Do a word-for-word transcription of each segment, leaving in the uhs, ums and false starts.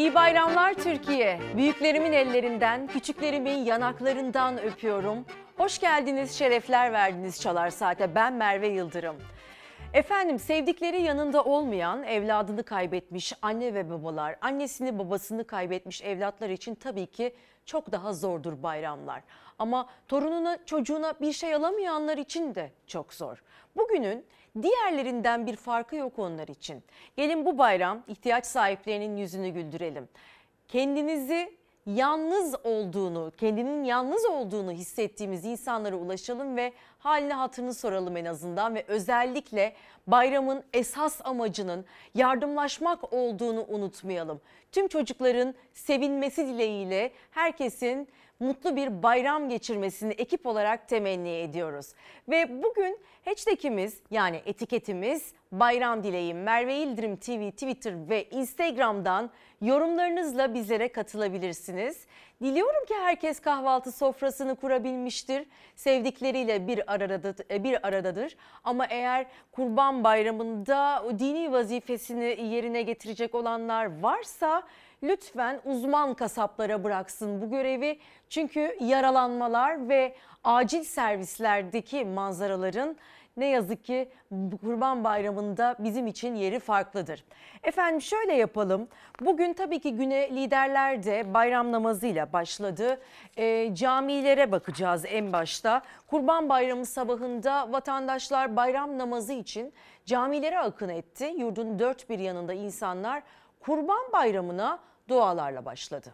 İyi bayramlar Türkiye. Büyüklerimin ellerinden, küçüklerimin yanaklarından öpüyorum. Hoş geldiniz, şerefler verdiniz Çalar Saat'e. Ben Merve Yıldırım. Efendim, sevdikleri yanında olmayan, evladını kaybetmiş anne ve babalar, annesini babasını kaybetmiş evlatlar için tabii ki çok daha zordur bayramlar. Ama torununa, çocuğuna bir şey alamayanlar için de çok zor. Bugünün diğerlerinden bir farkı yok onlar için. Gelin bu bayram ihtiyaç sahiplerinin yüzünü güldürelim. Kendinizi yalnız olduğunu, kendinin yalnız olduğunu hissettiğimiz insanlara ulaşalım ve halini hatırını soralım en azından ve özellikle bayramın esas amacının yardımlaşmak olduğunu unutmayalım. Tüm çocukların sevinmesi dileğiyle herkesin mutlu bir bayram geçirmesini ekip olarak temenni ediyoruz. Ve bugün hashtagimiz yani etiketimiz bayram dileğim. Merve Yıldırım T V, Twitter ve Instagram'dan yorumlarınızla bizlere katılabilirsiniz. Diliyorum ki herkes kahvaltı sofrasını kurabilmiştir. Sevdikleriyle bir aradadır, bir aradadır. Ama eğer Kurban Bayramı'nda o dini vazifesini yerine getirecek olanlar varsa lütfen uzman kasaplara bıraksın bu görevi. Çünkü yaralanmalar ve acil servislerdeki manzaraların ne yazık ki Kurban Bayramı'nda bizim için yeri farklıdır. Efendim şöyle yapalım. Bugün tabii ki güne liderler de bayram namazıyla başladı. E, camilere bakacağız en başta. Kurban Bayramı sabahında vatandaşlar bayram namazı için camilere akın etti. Yurdun dört bir yanında insanlar Kurban Bayramı'na dualarla başladı.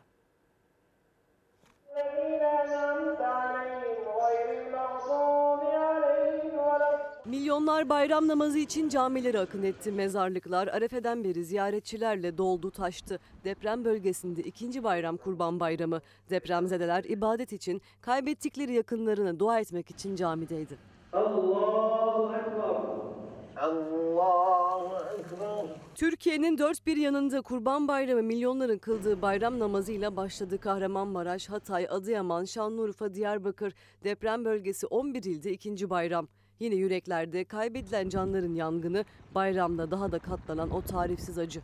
Milyonlar bayram namazı için camilere akın etti. Mezarlıklar Arefe'den beri ziyaretçilerle doldu taştı. Deprem bölgesinde ikinci bayram Kurban Bayramı. Depremzedeler ibadet için, kaybettikleri yakınlarına dua etmek için camideydi. Allahu Ekber. Allahu Ekber. Türkiye'nin dört bir yanında Kurban Bayramı milyonların kıldığı bayram namazıyla başladı. Kahramanmaraş, Hatay, Adıyaman, Şanlıurfa, Diyarbakır deprem bölgesi on bir ilde ikinci bayram. Yine yüreklerde kaybedilen canların yangını, bayramda daha da katlanan o tarifsiz acı.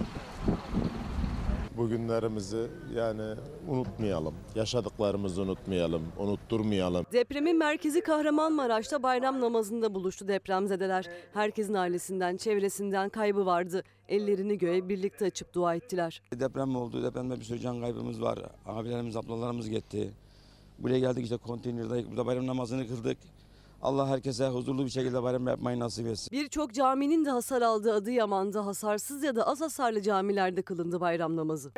Bugünlerimizi yani unutmayalım, yaşadıklarımızı unutmayalım, unutturmayalım. Depremin merkezi Kahramanmaraş'ta bayram namazında buluştu depremzedeler. Herkesin ailesinden, çevresinden kaybı vardı. Ellerini göğe birlikte açıp dua ettiler. Deprem oldu, depremde bir sürü can kaybımız var. Abilerimiz, ablalarımız gitti. Buraya geldik işte konteynerdayız, burada bayram namazını kıldık. Allah herkese huzurlu bir şekilde bayram yapmayı nasip etsin. Birçok caminin de hasar aldığı Adıyaman'da hasarsız ya da az hasarlı camilerde kılındı bayram namazı.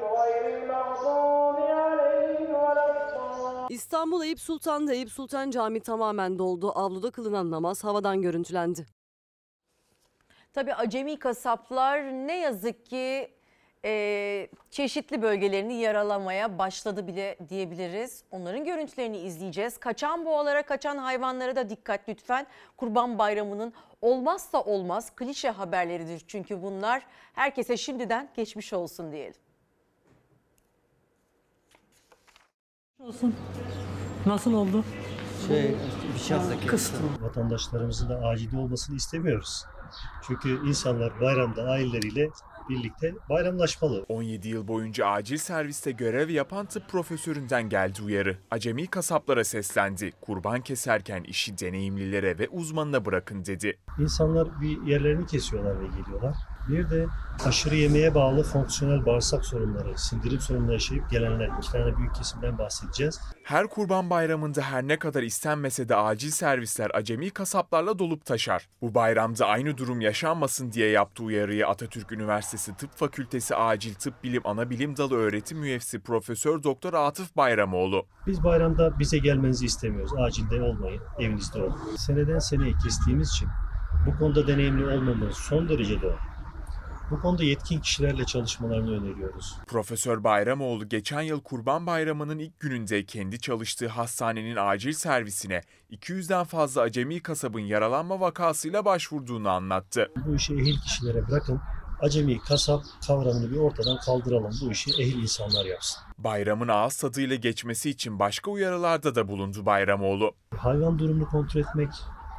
İstanbul Eyüp Sultan'da Eyüp Sultan Camii tamamen doldu. Avluda kılınan namaz havadan görüntülendi. Tabii acemi kasaplar ne yazık ki e, çeşitli bölgelerini yaralamaya başladı bile diyebiliriz. Onların görüntülerini izleyeceğiz. Kaçan boğalara, kaçan hayvanlara da dikkat lütfen. Kurban Bayramı'nın olmazsa olmaz klişe haberleridir. Çünkü bunlar herkese şimdiden geçmiş olsun diyelim. Olsun. Nasıl oldu? Şey, bir şahsa Vatandaşlarımızın da acil olmasını istemiyoruz. Çünkü insanlar bayramda aileleriyle birlikte bayramlaşmalı. on yedi yıl boyunca acil serviste görev yapan tıp profesöründen geldi uyarı. Acemi kasaplara seslendi. Kurban keserken işi deneyimlilere ve uzmanına bırakın dedi. İnsanlar bir yerlerini kesiyorlar ve geliyorlar. Bir de aşırı yemeğe bağlı fonksiyonel bağırsak sorunları, sindirim sorunları yaşayıp gelenler, iki tane büyük kesimden bahsedeceğiz. Her Kurban Bayramı'nda her ne kadar istenmese de acil servisler acemi kasaplarla dolup taşar. Bu bayramda aynı durum yaşanmasın diye yaptığı uyarıyı Atatürk Üniversitesi Tıp Fakültesi Acil Tıp Bilim Anabilim Dalı öğretim üyesi Profesör Doktor Atıf Bayramoğlu. Biz bayramda bize gelmenizi istemiyoruz. Acilde olmayın, evinizde olun. Seneden seneye kestiğimiz için bu konuda deneyimli olmamız son derece doğal. Bu konuda yetkin kişilerle çalışmalarını öneriyoruz. Profesör Bayramoğlu geçen yıl Kurban Bayramı'nın ilk gününde kendi çalıştığı hastanenin acil servisine iki yüzden fazla acemi kasabın yaralanma vakasıyla başvurduğunu anlattı. Bu işi ehil kişilere bırakın. Acemi kasap kavramını bir ortadan kaldıralım. Bu işi ehil insanlar yapsın. Bayramın ağız tadıyla geçmesi için başka uyarılarda da bulundu Bayramoğlu. Hayvan durumunu kontrol etmek,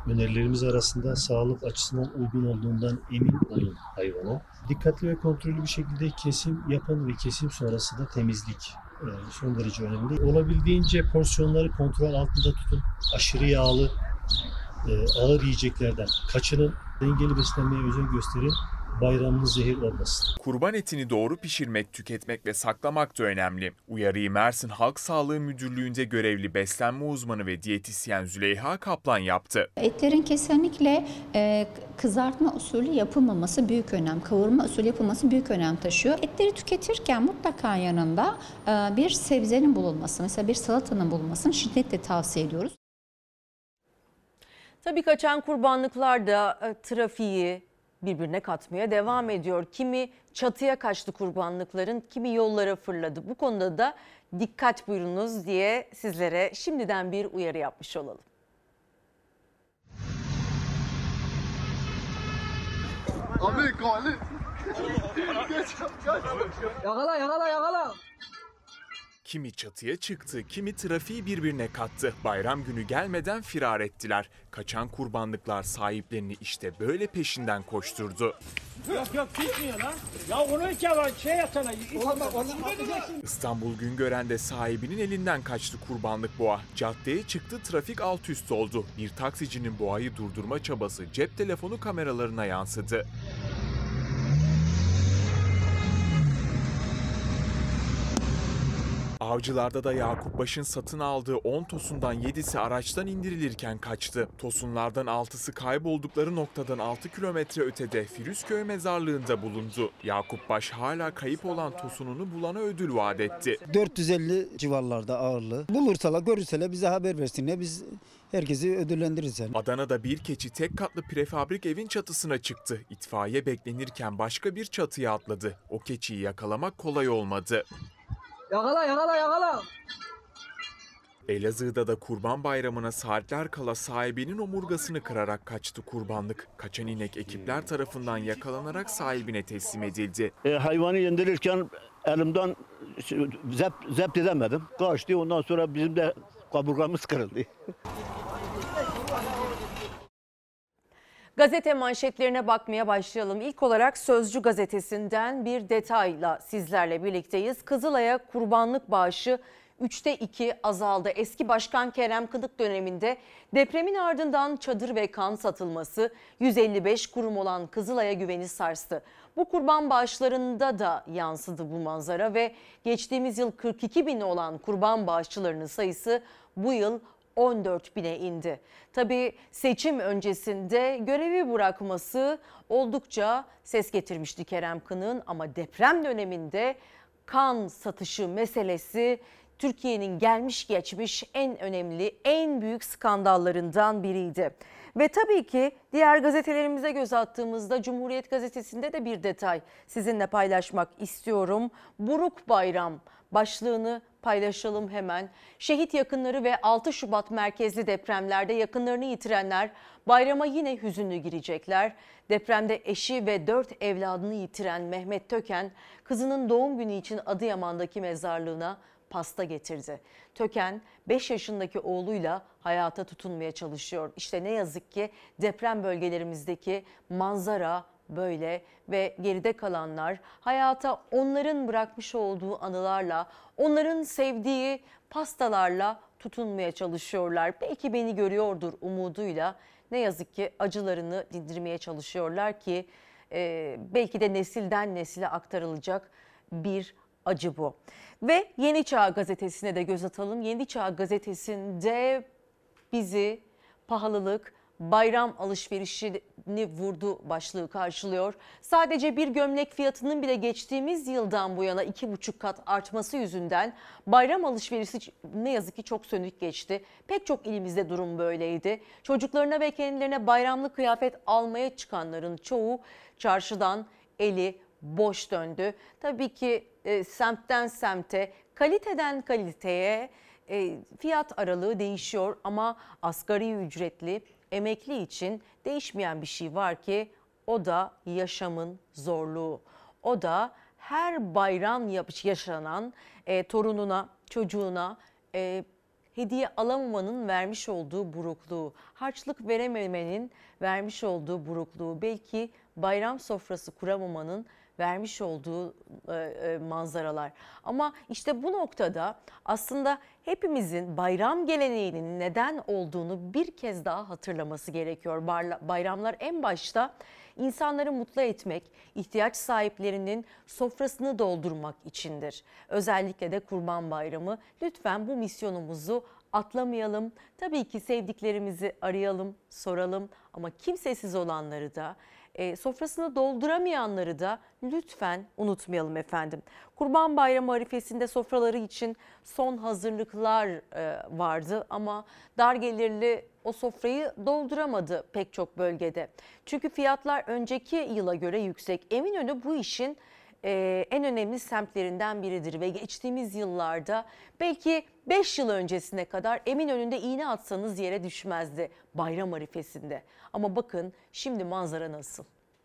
Önerilerimiz arasında sağlık açısından uygun olduğundan emin olun hayvanı. Dikkatli ve kontrollü bir şekilde kesim yapın ve kesim sonrası da temizlik e, son derece önemli. Olabildiğince porsiyonları kontrol altında tutun. Aşırı yağlı, e, ağır yiyeceklerden kaçının. Dengeli beslenmeye özen gösterin. Bayramınız zehir olmasın. Kurban etini doğru pişirmek, tüketmek ve saklamak da önemli. Uyarıyı Mersin Halk Sağlığı Müdürlüğü'nde görevli beslenme uzmanı ve diyetisyen Züleyha Kaplan yaptı. Etlerin kesinlikle e, kızartma usulü yapılmaması büyük önem, kavurma usulü yapılması büyük önem taşıyor. Etleri tüketirken mutlaka yanında e, bir sebzenin bulunması, mesela bir salatanın bulunmasını şiddetle tavsiye ediyoruz. Tabii kaçan kurbanlıklar da e, trafiği birbirine katmaya devam ediyor. Kimi çatıya kaçtı kurbanlıkların, kimi yollara fırladı. Bu konuda da dikkat buyurunuz diye sizlere şimdiden bir uyarı yapmış olalım. Abi gali. Yakala yakala yakala. Kimi çatıya çıktı, kimi trafiği birbirine kattı. Bayram günü gelmeden firar ettiler. Kaçan kurbanlıklar sahiplerini işte böyle peşinden koşturdu. Yok yok gitmiyor lan. Ya onu iki var şey yatana. İstanbul Güngören'de sahibinin elinden kaçtı kurbanlık boğa. Caddeye çıktı, trafik alt üst oldu. Bir taksicinin boğayı durdurma çabası cep telefonu kameralarına yansıdı. Avcılarda da Yakup Baş'ın satın aldığı on tosundan yedisi araçtan indirilirken kaçtı. Tosunlardan altısı kayboldukları noktadan altı kilometre ötede Firuzköy mezarlığında bulundu. Yakup Baş hala kayıp olan tosununu bulana ödül vaat etti. dört yüz elli civarlarda ağırlığı. Bulursalar görürseler bize haber versinler, biz herkesi ödüllendiririz yani. Adana'da bir keçi tek katlı prefabrik evin çatısına çıktı. İtfaiye beklenirken başka bir çatıya atladı. O keçiyi yakalamak kolay olmadı. Yakala yakala yakala. Elazığ'da da Kurban Bayramı'na saatler kala sahibinin omurgasını kırarak kaçtı kurbanlık. Kaçan inek ekipler tarafından yakalanarak sahibine teslim edildi. E, hayvanı indirirken elimden zept, zept edemedim. Kaçtı, ondan sonra bizim de kaburgamız kırıldı. Gazete manşetlerine bakmaya başlayalım. İlk olarak Sözcü gazetesinden bir detayla sizlerle birlikteyiz. Kızılay'a kurbanlık bağışı üçte iki azaldı. Eski Başkan Kerem Kınık döneminde depremin ardından çadır ve kan satılması yüz elli beş kurum olan Kızılay'a güveni sarstı. Bu kurban bağışlarında da yansıdı bu manzara ve geçtiğimiz yıl kırk iki bin olan kurban bağışçılarının sayısı bu yıl on dört bine indi. Tabii seçim öncesinde görevi bırakması oldukça ses getirmişti Kerem Kınık'ın ama deprem döneminde kan satışı meselesi Türkiye'nin gelmiş geçmiş en önemli, en büyük skandallarından biriydi. Ve tabii ki diğer gazetelerimize göz attığımızda Cumhuriyet Gazetesi'nde de bir detay sizinle paylaşmak istiyorum. Buruk Bayram başlığını paylaşalım hemen. Şehit yakınları ve altı Şubat merkezli depremlerde yakınlarını yitirenler bayrama yine hüzünlü girecekler. Depremde eşi ve dört evladını yitiren Mehmet Töken, kızının doğum günü için Adıyaman'daki mezarlığına pasta getirdi. Töken beş yaşındaki oğluyla hayata tutunmaya çalışıyor. İşte ne yazık ki deprem bölgelerimizdeki manzara böyle ve geride kalanlar hayata onların bırakmış olduğu anılarla, onların sevdiği pastalarla tutunmaya çalışıyorlar. Belki beni görüyordur umuduyla ne yazık ki acılarını dindirmeye çalışıyorlar ki e, belki de nesilden nesile aktarılacak bir acı bu. Ve Yeni Çağ Gazetesi'ne de göz atalım. Yeni Çağ Gazetesi'nde bizi pahalılık, bayram alışverişini vurdu başlığı karşılıyor. Sadece bir gömlek fiyatının bile geçtiğimiz yıldan bu yana iki buçuk kat artması yüzünden bayram alışverişi ne yazık ki çok sönük geçti. Pek çok ilimizde durum böyleydi. Çocuklarına ve kendilerine bayramlık kıyafet almaya çıkanların çoğu çarşıdan eli boş döndü. Tabii ki e, semtten semte, kaliteden kaliteye e, fiyat aralığı değişiyor ama asgari ücretli, emekli için değişmeyen bir şey var ki o da yaşamın zorluğu. O da her bayram yaşanan e, torununa, çocuğuna e, hediye alamamanın vermiş olduğu burukluğu, harçlık verememenin vermiş olduğu burukluğu, belki bayram sofrası kuramamanın vermiş olduğu e, e, manzaralar. Ama işte bu noktada aslında hepimizin bayram geleneğinin neden olduğunu bir kez daha hatırlaması gerekiyor. Bayramlar en başta insanları mutlu etmek, ihtiyaç sahiplerinin sofrasını doldurmak içindir. Özellikle de Kurban Bayramı. Lütfen bu misyonumuzu atlamayalım. Tabii ki sevdiklerimizi arayalım, soralım ama kimsesiz olanları da, E, sofrasını dolduramayanları da lütfen unutmayalım efendim. Kurban Bayramı arifesinde sofraları için son hazırlıklar e, vardı ama dar gelirli o sofrayı dolduramadı pek çok bölgede. Çünkü fiyatlar önceki yıla göre yüksek. Eminönü bu işin e, en önemli semtlerinden biridir ve geçtiğimiz yıllarda belki beş yıl öncesine kadar Eminönü'nde iğne atsanız yere düşmezdi bayram arifesinde. Ama bakın şimdi manzara nasıl?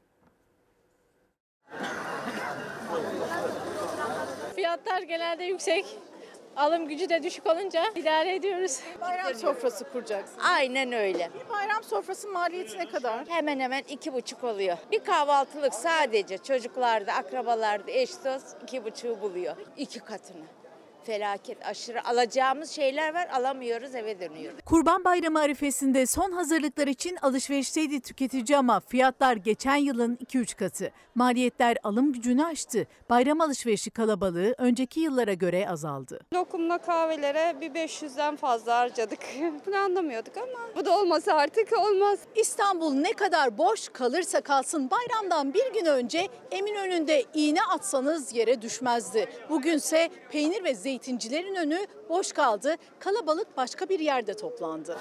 Fiyatlar genelde yüksek. Alım gücü de düşük olunca idare ediyoruz. Bayram sofrası kuracaksın. Aynen öyle. Bir bayram sofrası maliyeti ne kadar? Hemen hemen iki buçuk oluyor. Bir kahvaltılık sadece çocuklarda, akrabalarda, eş dost iki buçuğu buluyor. İki katını. Felaket, aşırı alacağımız şeyler var, alamıyoruz, eve dönüyoruz. Kurban Bayramı arifesinde son hazırlıklar için alışverişteydi tüketici ama fiyatlar geçen yılın iki üç katı. Maliyetler alım gücünü aştı. Bayram alışverişi kalabalığı önceki yıllara göre azaldı. Lokumla kahvelere bir beş yüzden fazla harcadık. Planlamıyorduk ama bu da olmasa artık olmaz. İstanbul ne kadar boş kalırsa kalsın bayramdan bir gün önce Eminönü'nde iğne atsanız yere düşmezdi. Bugünse peynir ve zeytincilerin önü boş kaldı. Kalabalık başka bir yerde toplandı.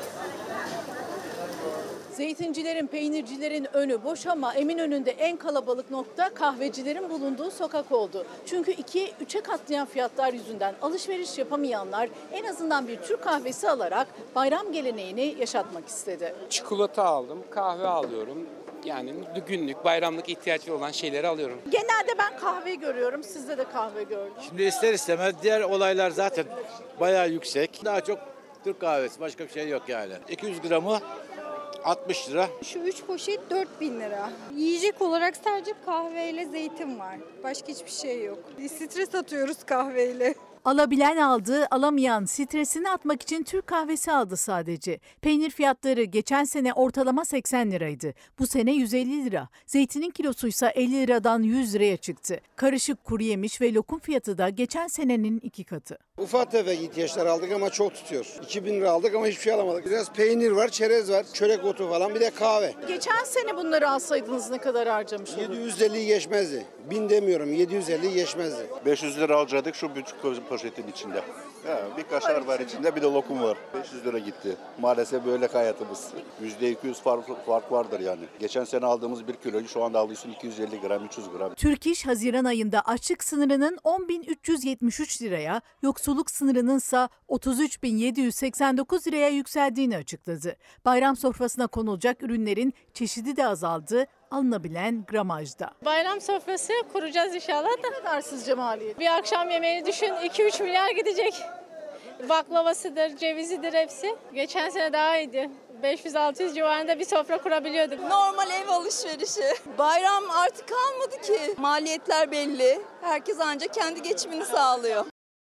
Zeytincilerin, peynircilerin önü boş ama Eminönü'nde en kalabalık nokta kahvecilerin bulunduğu sokak oldu. Çünkü ikiye üçe katlayan fiyatlar yüzünden alışveriş yapamayanlar en azından bir Türk kahvesi alarak bayram geleneğini yaşatmak istedi. Çikolata aldım, kahve alıyorum. Yani günlük, bayramlık ihtiyacı olan şeyleri alıyorum. Genelde ben kahve görüyorum, sizde de kahve gördüm. Şimdi ister istemez diğer olaylar zaten bayağı yüksek. Daha çok Türk kahvesi, başka bir şey yok yani. iki yüz gramı altmış lira. Şu üç poşet dört bin lira. Yiyecek olarak sadece kahveyle zeytin var. Başka hiçbir şey yok. Stres atıyoruz kahveyle. Alabilen aldı, alamayan stresini atmak için Türk kahvesi aldı sadece. Peynir fiyatları geçen sene ortalama seksen liraydı. Bu sene yüz elli lira. Zeytinin kilosuysa elli liradan yüz liraya çıktı. Karışık kuru yemiş ve lokum fiyatı da geçen senenin iki katı. Ufak tefek ihtiyaçlar aldık ama çok tutuyor. iki bin lira aldık ama hiçbir şey alamadık. Biraz peynir var, çerez var, çörek otu falan, bir de kahve. Geçen sene bunları alsaydınız ne kadar harcamış olurdunuz? yedi yüz elliyi geçmezdi. bin demiyorum, yedi yüz elliyi geçmezdi. beş yüz lira alacaktık şu buçuk poşetin içinde. Ya, bir kaşar var içinde, bir de lokum var. beş yüz lira gitti. Maalesef böyle hayatımız. yüzde iki yüz fark, fark vardır yani. Geçen sene aldığımız bir kiloyu şu anda alıyorsun iki yüz elli gram, üç yüz gram. Türk İş Haziran ayında açlık sınırının on bin üç yüz yetmiş üç liraya, yoksulluk sınırının ise otuz üç bin yedi yüz seksen dokuz liraya yükseldiğini açıkladı. Bayram sofrasına konulacak ürünlerin çeşidi de azaldı, alınabilen gramajda. Bayram sofrası kuracağız inşallah da. Ne kadar sizce maliyet? Bir akşam yemeğini düşün, iki üç milyar gidecek. Baklavasıdır, cevizidir hepsi. Geçen sene daha iyiydi. beş yüz altı yüz civarında bir sofra kurabiliyorduk. Normal ev alışverişi. Bayram artık kalmadı ki. Maliyetler belli. Herkes ancak kendi geçimini sağlıyor.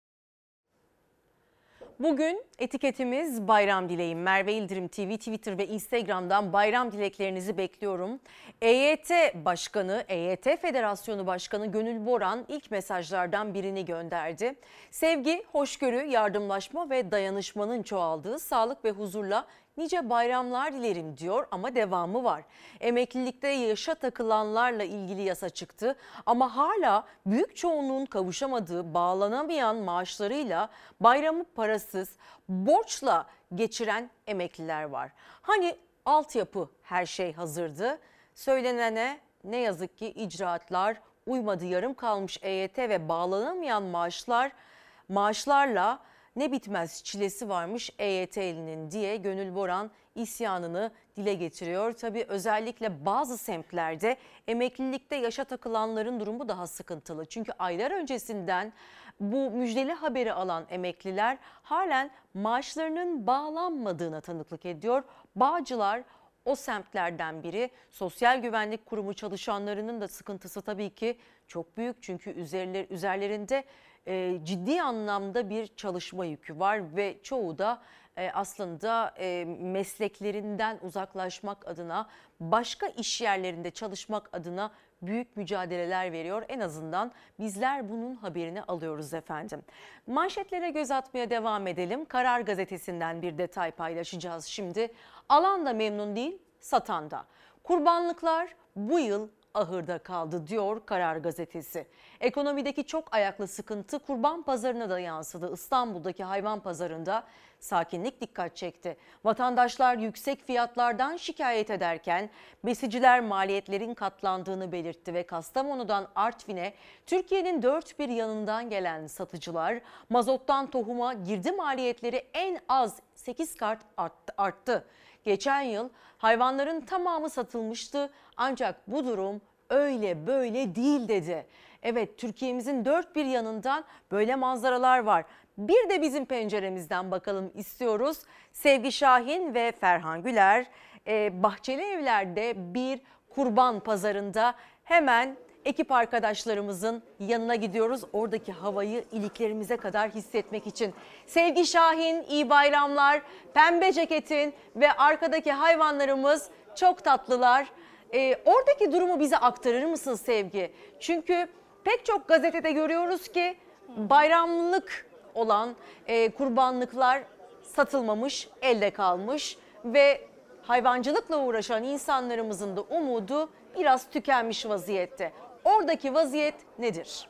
Bugün etiketimiz bayram dileğim. Merve İldirim T V, Twitter ve Instagram'dan bayram dileklerinizi bekliyorum. E Y T Başkanı, E Y T Federasyonu Başkanı Gönül Boran ilk mesajlardan birini gönderdi. Sevgi, hoşgörü, yardımlaşma ve dayanışmanın çoğaldığı sağlık ve huzurla nice bayramlar dilerim diyor ama devamı var. Emeklilikte yaşa takılanlarla ilgili yasa çıktı ama hala büyük çoğunluğun kavuşamadığı, bağlanamayan maaşlarıyla bayramı parasız, borçla geçiren emekliler var. Hani altyapı her şey hazırdı. Söylenene ne yazık ki icraatlar uymadı, yarım kalmış E Y T ve bağlanamayan maaşlar maaşlarla ne bitmez çilesi varmış E Y T'linin diye Gönül Boran isyanını dile getiriyor. Tabii özellikle bazı semtlerde emeklilikte yaşa takılanların durumu daha sıkıntılı. Çünkü aylar öncesinden bu müjdeli haberi alan emekliler halen maaşlarının bağlanmadığına tanıklık ediyor. Bağcılar o semtlerden biri. Sosyal Güvenlik Kurumu çalışanlarının da sıkıntısı tabii ki çok büyük. Çünkü üzerler, üzerlerinde e, ciddi anlamda bir çalışma yükü var ve çoğu da e, aslında e, mesleklerinden uzaklaşmak adına, başka iş yerlerinde çalışmak adına büyük mücadeleler veriyor. En azından bizler bunun haberini alıyoruz efendim. Manşetlere göz atmaya devam edelim. Karar Gazetesi'nden bir detay paylaşacağız şimdi. Alan da memnun değil, satan da. Kurbanlıklar bu yıl ahırda kaldı diyor Karar Gazetesi. Ekonomideki çok ayaklı sıkıntı kurban pazarına da yansıdı. İstanbul'daki hayvan pazarında sakinlik dikkat çekti. Vatandaşlar yüksek fiyatlardan şikayet ederken besiciler maliyetlerin katlandığını belirtti ve Kastamonu'dan Artvin'e Türkiye'nin dört bir yanından gelen satıcılar mazottan tohuma girdi maliyetleri en az sekiz kat arttı. Geçen yıl hayvanların tamamı satılmıştı ancak bu durum öyle böyle değil dedi. Evet, Türkiye'mizin dört bir yanından böyle manzaralar var. Bir de bizim penceremizden bakalım istiyoruz. Sevgi Şahin ve Ferhan Güler e, Bahçeli Evler'de bir kurban pazarında hemen ekip arkadaşlarımızın yanına gidiyoruz. Oradaki havayı iliklerimize kadar hissetmek için. Sevgi Şahin, iyi bayramlar. Pembe ceketin ve arkadaki hayvanlarımız çok tatlılar. Ee, oradaki durumu bize aktarır mısın Sevgi? Çünkü pek çok gazetede görüyoruz ki bayramlık olan e, kurbanlıklar satılmamış, elde kalmış ve hayvancılıkla uğraşan insanlarımızın da umudu biraz tükenmiş vaziyette. Oradaki vaziyet nedir?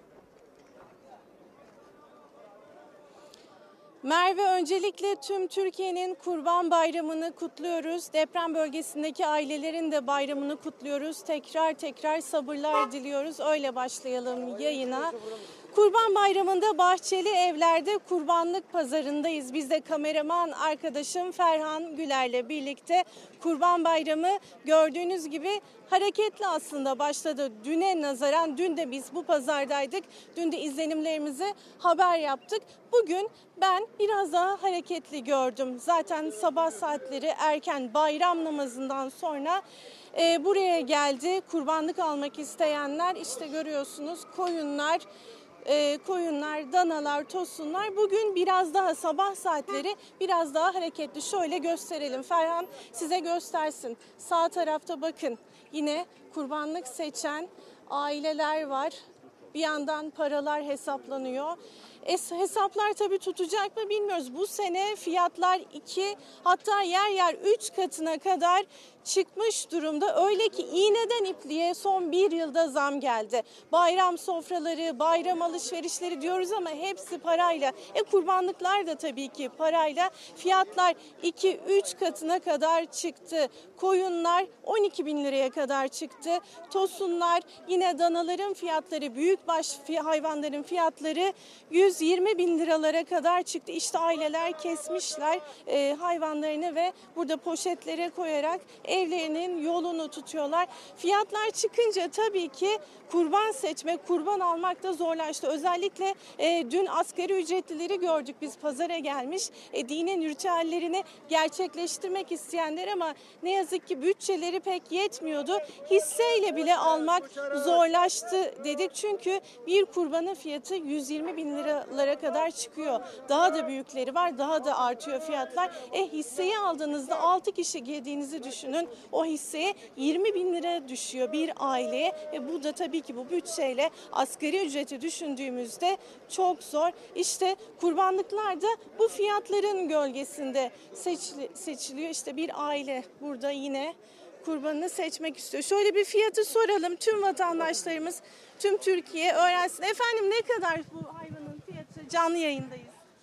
Merve, öncelikle tüm Türkiye'nin Kurban Bayramı'nı kutluyoruz. Deprem bölgesindeki ailelerin de bayramını kutluyoruz. Tekrar tekrar sabırlar diliyoruz. Öyle başlayalım yayına. Kurban Bayramı'nda Bahçeli Evler'de kurbanlık pazarındayız. Biz de kameraman arkadaşım Ferhan Güler'le birlikte Kurban Bayramı gördüğünüz gibi hareketli aslında başladı. Düne nazaran dün de biz bu pazardaydık. Dün de izlenimlerimizi haber yaptık. Bugün ben biraz daha hareketli gördüm. Zaten sabah saatleri erken bayram namazından sonra e, buraya geldi. Kurbanlık almak isteyenler işte görüyorsunuz koyunlar. E, koyunlar, danalar, tosunlar bugün biraz daha sabah saatleri biraz daha hareketli. Şöyle gösterelim. Ferhan size göstersin. Sağ tarafta bakın yine kurbanlık seçen aileler var. Bir yandan paralar hesaplanıyor. Es, hesaplar tabii tutacak mı bilmiyoruz. Bu sene fiyatlar iki hatta yer yer üç katına kadar çıkmış durumda. Öyle ki iğneden ipliğe son bir yılda zam geldi. Bayram sofraları, bayram alışverişleri diyoruz ama hepsi parayla. E kurbanlıklar da tabii ki parayla. Fiyatlar iki üç katına kadar çıktı. Koyunlar on iki bin liraya kadar çıktı. Tosunlar, yine danaların fiyatları, büyükbaş hayvanların fiyatları yüz yirmi bin liralara kadar çıktı. İşte aileler kesmişler e, hayvanlarını ve burada poşetlere koyarak evlerinin yolunu tutuyorlar. Fiyatlar çıkınca tabii ki kurban seçmek, kurban almak da zorlaştı. Özellikle e, dün asgari ücretlileri gördük. Biz pazara gelmiş e, dinin ritüellerini gerçekleştirmek isteyenler ama ne yazık ki bütçeleri pek yetmiyordu. Hisseyle bile almak zorlaştı dedik. Çünkü bir kurbanın fiyatı yüz yirmi bin liralara kadar çıkıyor. Daha da büyükleri var, daha da artıyor fiyatlar. E hisseyi aldığınızda altı kişi girdiğinizi düşünün. O hisseye yirmi bin lira düşüyor bir aileye. E bu da tabii ki bu bütçeyle asgari ücreti düşündüğümüzde çok zor. İşte kurbanlıklar da bu fiyatların gölgesinde seçili, seçiliyor. İşte bir aile burada yine kurbanını seçmek istiyor. Şöyle bir fiyatı soralım. Tüm vatandaşlarımız, tüm Türkiye öğrensin. Efendim ne kadar bu hayvanın fiyatı? Canlı yayındayız.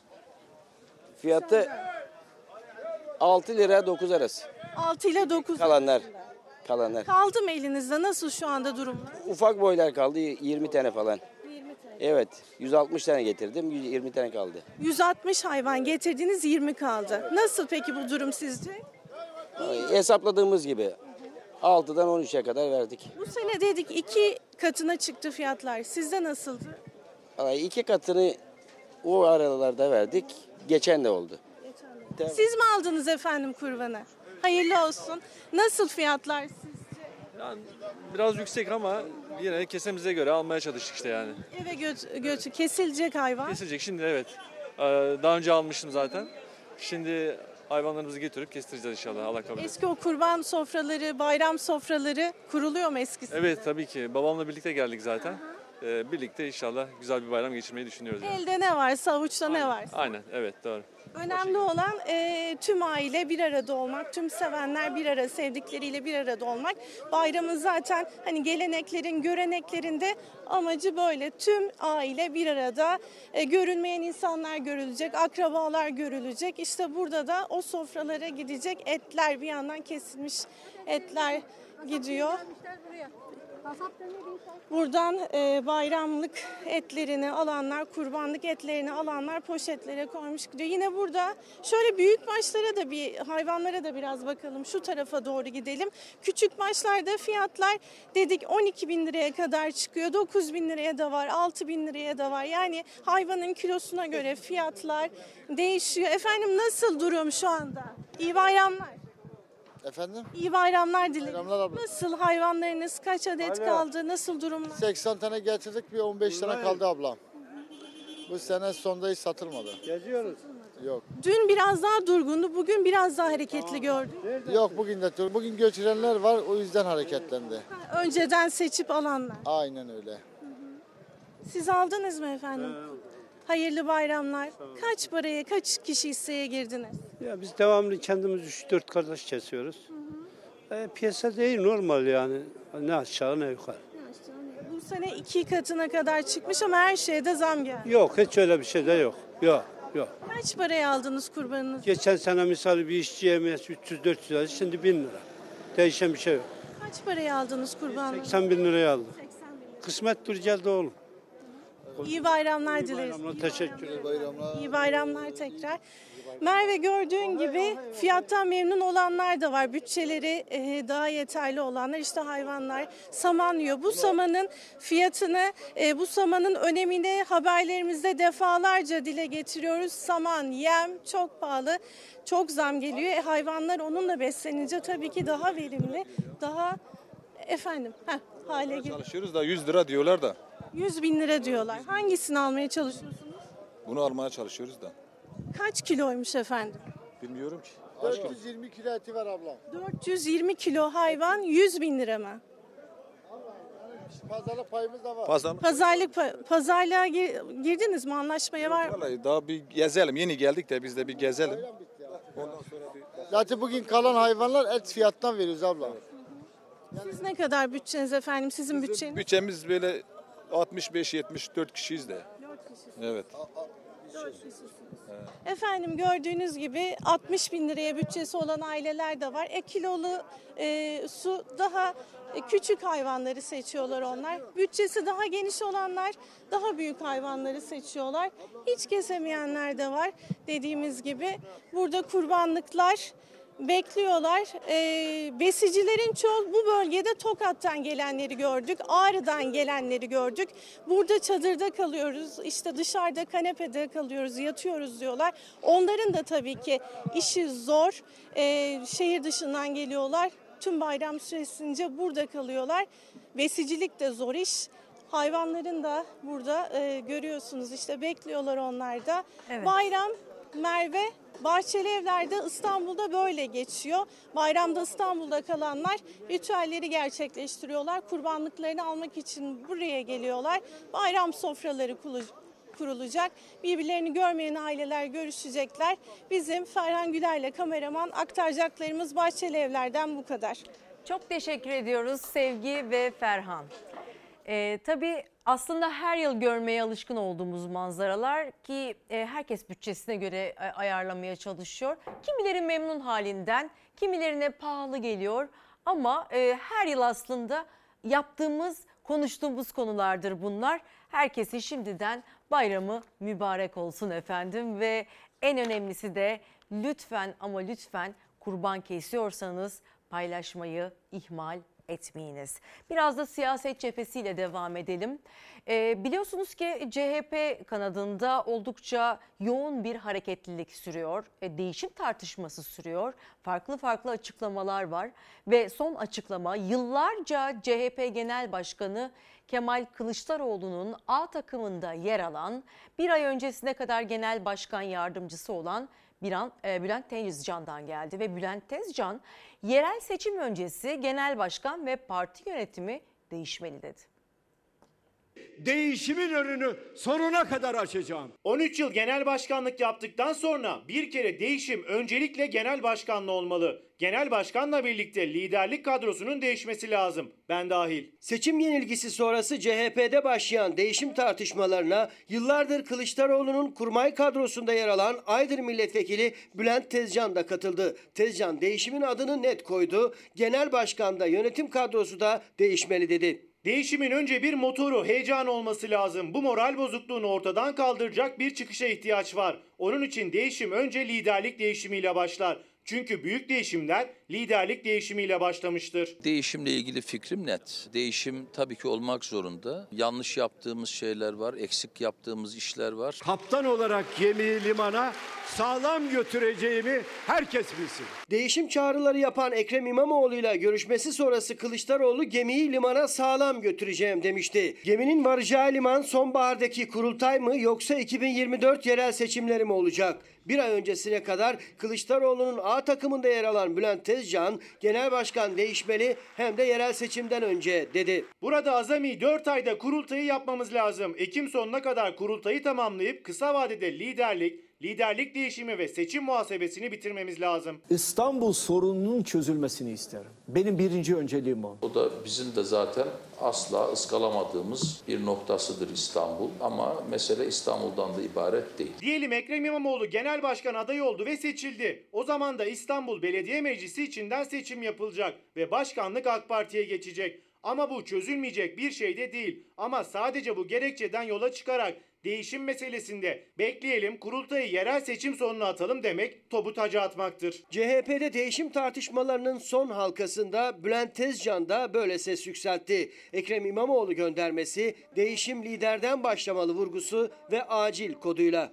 Fiyatı altı lira dokuz arası. altı ile dokuz. Kalanlar. Kalanlar. Kaldı mı elinizde? Nasıl şu anda durum? Ufak boylar kaldı yirmi tane falan. yirmi tane. Evet, yüz altmış tane getirdim, yüz yirmi tane kaldı. yüz altmış hayvan getirdiniz, yirmi kaldı. Nasıl peki bu durum sizce? Hesapladığımız gibi altıdan on üçe kadar verdik. Bu sene dedik iki katına çıktı fiyatlar. Sizde nasıldı? Vallahi iki katını o aralarda verdik, geçen de oldu. Siz mi aldınız efendim kurbanı? Hayırlı olsun. Nasıl fiyatlar sizce? Yani biraz yüksek ama yine kesemize göre almaya çalıştık işte yani. Eve götü, götü kesilecek hayvan. Kesilecek şimdi evet. Ee, Daha önce almıştım zaten. Şimdi hayvanlarımızı getirip kestireceğiz inşallah. Allah kabul etsin. Eski o kurban sofraları, bayram sofraları kuruluyor mu eskisi? Evet tabii ki. Babamla birlikte geldik zaten. Ee, birlikte inşallah güzel bir bayram geçirmeyi düşünüyoruz. Yani. Elde ne varsa, avuçta ne varsa. Aynen evet doğru. Önemli olan e, tüm aile bir arada olmak, tüm sevenler bir arada, sevdikleriyle bir arada olmak. Bayramın zaten hani geleneklerin, göreneklerinde amacı böyle. Tüm aile bir arada, e, görünmeyen insanlar görülecek, akrabalar görülecek. İşte burada da o sofralara gidecek etler, bir yandan kesilmiş etler gidiyor. Buradan e, bayramlık etlerini alanlar, kurbanlık etlerini alanlar poşetlere koymuş gidiyor. Yine burada şöyle büyük başlara da bir hayvanlara da biraz bakalım. Şu tarafa doğru gidelim. Küçük başlarda fiyatlar dedik on iki bin liraya kadar çıkıyor. dokuz bin liraya da var, altı bin liraya da var. Yani hayvanın kilosuna göre fiyatlar değişiyor. Efendim nasıl durum şu anda? İyi bayramlar. Efendim? İyi bayramlar dilerim. Bayramlar abla. Nasıl hayvanlarınız kaç adet Alo. kaldı? Nasıl durumlar? seksen tane getirdik, bir on beş tane kaldı ablam. Bu sene sonda hiç satılmadı. Geziyoruz. Yok. Dün biraz daha durgundu, bugün biraz daha hareketli gördüm. Yok bugün de. Bugün götürenler var, o yüzden hareketlendi. Önceden seçip alanlar. Aynen öyle. Siz aldınız mı efendim? Hayırlı bayramlar. Kaç paraya, kaç kişi hisseye girdiniz? Ya biz devamlı kendimiz üç dört kardeş kesiyoruz. E, piyasa değil normal yani. Ne aşağı ne yukarı. Bu sene iki katına kadar çıkmış ama her şeye de zam geldi. Yok hiç öyle bir şey de yok. Yok yok. Kaç paraya aldınız kurbanınızı? Geçen sene misali bir işçi yemeği üç yüz dört yüz lira, şimdi bin lira. Değişen bir şey yok. Kaç paraya aldınız kurbanınızı? seksen bin liraya aldım. Kısmet dur geldi oğlum. İyi bayramlar dileriz. Bayramlar, teşekkür ederim. Bayramlar. İyi bayramlar tekrar. Merve gördüğün gibi fiyattan memnun olanlar da var. Bütçeleri e, daha yeterli olanlar işte hayvanlar saman yiyor. Bu samanın fiyatını, e, bu samanın önemini haberlerimizde defalarca dile getiriyoruz. Saman, yem çok pahalı, çok zam geliyor. E, hayvanlar onunla beslenince tabii ki daha verimli, daha efendim heh, hale geliyor. Çalışıyoruz da yüz lira diyorlar da. yüz bin lira diyorlar. Hangisini almaya çalışıyorsunuz? Bunu almaya çalışıyoruz da. Kaç kiloymuş efendim? Bilmiyorum ki. dört yüz yirmi kilo eti var ablam. dört yüz yirmi kilo hayvan yüz bin lira mı? Pazarlık payımız da var. Pazarlık. Pazarlık pa- pazarlığa gir- girdiniz mi? Anlaşmaya var mı? Vallahi daha bir gezelim. Yeni geldik de biz de bir gezelim. Ondan sonra bir... Zaten bugün kalan hayvanlar et fiyattan veriyoruz abla. Siz ne kadar bütçeniz efendim? Sizin bütçeniz? Bütçemiz böyle altmış beş yetmiş dört kişiyiz de. Evet. Efendim gördüğünüz gibi altmış bin liraya bütçesi olan aileler de var. E kilolu e, su daha e, küçük hayvanları seçiyorlar onlar. Bütçesi daha geniş olanlar daha büyük hayvanları seçiyorlar. Hiç kesemeyenler de var dediğimiz gibi. Burada kurbanlıklar bekliyorlar. Ee, besicilerin çoğu bu bölgede Tokat'tan gelenleri gördük. Ağrı'dan gelenleri gördük. Burada çadırda kalıyoruz. İşte dışarıda kanepede kalıyoruz, yatıyoruz diyorlar. Onların da tabii ki işi zor. Ee, şehir dışından geliyorlar. Tüm bayram süresince burada kalıyorlar. Besicilik de zor iş. Hayvanların da burada e, görüyorsunuz işte bekliyorlar onlar da. Evet. Bayram Merve Bahçeli Evler'de İstanbul'da böyle geçiyor. Bayramda İstanbul'da kalanlar ritüelleri gerçekleştiriyorlar. Kurbanlıklarını almak için buraya geliyorlar. Bayram sofraları kurulacak. Birbirlerini görmeyen aileler görüşecekler. Bizim Ferhan Güler'le kameraman aktaracaklarımız Bahçeli Evler'den bu kadar. Çok teşekkür ediyoruz Sevgi ve Ferhan. Ee, tabii aslında her yıl görmeye alışkın olduğumuz manzaralar ki e, herkes bütçesine göre e, ayarlamaya çalışıyor. Kimileri memnun halinden, kimilerine pahalı geliyor ama e, her yıl aslında yaptığımız konuştuğumuz konulardır bunlar. Herkesin şimdiden bayramı mübarek olsun efendim ve en önemlisi de lütfen ama lütfen kurban kesiyorsanız paylaşmayı ihmal etmeyiniz. Biraz da siyaset cephesiyle devam edelim. Ee, biliyorsunuz ki C H P kanadında oldukça yoğun bir hareketlilik sürüyor. E, değişim tartışması sürüyor. Farklı farklı açıklamalar var ve son açıklama yıllarca C H P Genel Başkanı Kemal Kılıçdaroğlu'nun A takımında yer alan, bir ay öncesine kadar Genel Başkan Yardımcısı olan Bülent Tezcan'dan geldi ve Bülent Tezcan yerel seçim öncesi genel başkan ve parti yönetimi değişmeli dedi. Değişimin önünü sonuna kadar açacağım. on üç yıl genel başkanlık yaptıktan sonra bir kere değişim öncelikle genel başkanla olmalı. Genel başkanla birlikte liderlik kadrosunun değişmesi lazım. Ben dahil. Seçim yenilgisi sonrası C H P'de başlayan değişim tartışmalarına yıllardır Kılıçdaroğlu'nun kurmay kadrosunda yer alan Aydın Milletvekili Bülent Tezcan da katıldı. Tezcan değişimin adını net koydu. Genel başkan da yönetim kadrosu da değişmeli dedi. Değişimin önce bir motoru, heyecan olması lazım. Bu moral bozukluğunu ortadan kaldıracak bir çıkışa ihtiyaç var. Onun için değişim önce liderlik değişimiyle başlar. Çünkü büyük değişimler liderlik değişimiyle başlamıştır. Değişimle ilgili fikrim net. Değişim tabii ki olmak zorunda. Yanlış yaptığımız şeyler var, eksik yaptığımız işler var. Kaptan olarak gemiyi limana sağlam götüreceğimi herkes bilsin. Değişim çağrıları yapan Ekrem İmamoğlu'yla görüşmesi sonrası Kılıçdaroğlu gemiyi limana sağlam götüreceğim demişti. Geminin varacağı liman sonbahardaki kurultay mı yoksa iki bin yirmi dört yerel seçimleri mi olacak? Bir ay öncesine kadar Kılıçdaroğlu'nun A takımında yer alan Bülent Tezcan, genel başkan değişmeli hem de yerel seçimden önce dedi. Burada azami dört ayda kurultayı yapmamız lazım. Ekim sonuna kadar kurultayı tamamlayıp kısa vadede liderlik, liderlik değişimi ve seçim muhasebesini bitirmemiz lazım. İstanbul sorununun çözülmesini isterim. Benim birinci önceliğim o. O da bizim de zaten asla ıskalamadığımız bir noktasıdır İstanbul. Ama mesele İstanbul'dan da ibaret değil. Diyelim Ekrem İmamoğlu genel başkan adayı oldu ve seçildi. O zaman da İstanbul Belediye Meclisi içinden seçim yapılacak ve başkanlık AK Parti'ye geçecek. Ama bu çözülmeyecek bir şey de değil. Ama sadece bu gerekçeden yola çıkarak değişim meselesinde bekleyelim, kurultayı yerel seçim sonuna atalım demek topu taca atmaktır. C H P'de değişim tartışmalarının son halkasında Bülent Tezcan da böyle ses yükseltti. Ekrem İmamoğlu göndermesi değişim liderden başlamalı vurgusu ve acil koduyla.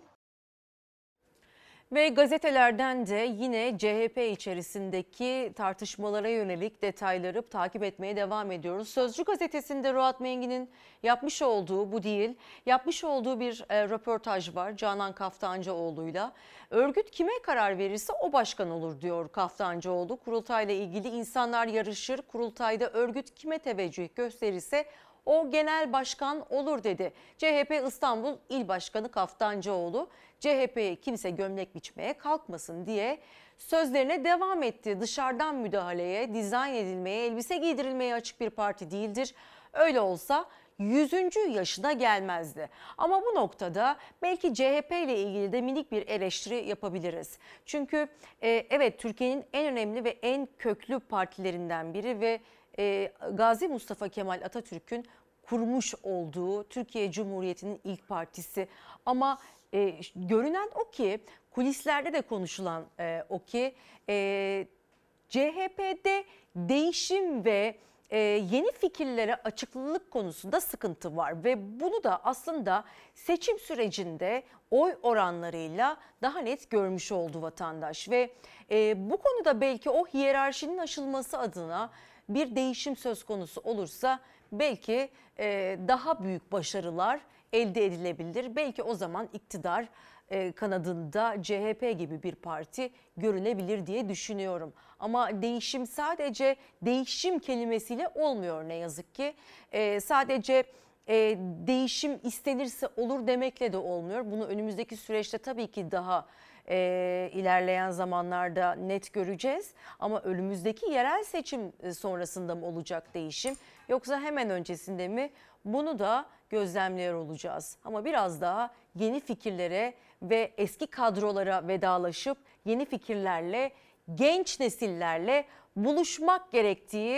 Ve gazetelerden de yine C H P içerisindeki tartışmalara yönelik detayları takip etmeye devam ediyoruz. Sözcü gazetesinde Ruat Mengi'nin yapmış olduğu, bu değil, yapmış olduğu bir e, röportaj var Canan Kaftancıoğlu'yla. Örgüt kime karar verirse o başkan olur diyor Kaftancıoğlu. Kurultayla ilgili insanlar yarışır, kurultayda örgüt kime teveccüh gösterirse o genel başkan olur dedi. C H P İstanbul İl Başkanı Kaftancıoğlu, C H P'ye kimse gömlek biçmeye kalkmasın diye sözlerine devam etti. Dışarıdan müdahaleye, dizayn edilmeye, elbise giydirilmeye açık bir parti değildir. Öyle olsa yüzüncü yaşına gelmezdi. Ama bu noktada belki C H P ile ilgili de minik bir eleştiri yapabiliriz. Çünkü e, evet Türkiye'nin en önemli ve en köklü partilerinden biri ve e, Gazi Mustafa Kemal Atatürk'ün kurmuş olduğu Türkiye Cumhuriyeti'nin ilk partisi. Ama e, görünen o ki, kulislerde de konuşulan e, o ki e, C H P'de değişim ve e, yeni fikirlere açıklılık konusunda sıkıntı var. Ve bunu da aslında seçim sürecinde oy oranlarıyla daha net görmüş oldu vatandaş. Ve e, bu konuda belki o hiyerarşinin aşılması adına bir değişim söz konusu olursa belki e, daha büyük başarılar elde edilebilir. Belki o zaman iktidar e, kanadında C H P gibi bir parti görünebilir diye düşünüyorum. Ama değişim sadece değişim kelimesiyle olmuyor ne yazık ki. E, sadece e, değişim istenirse olur demekle de olmuyor. Bunu önümüzdeki süreçte tabii ki daha e, ilerleyen zamanlarda net göreceğiz. Ama önümüzdeki yerel seçim sonrasında mı olacak değişim, yoksa hemen öncesinde mi? Bunu da gözlemliyor olacağız. Ama biraz daha yeni fikirlere ve eski kadrolara vedalaşıp yeni fikirlerle, genç nesillerle buluşmak gerektiği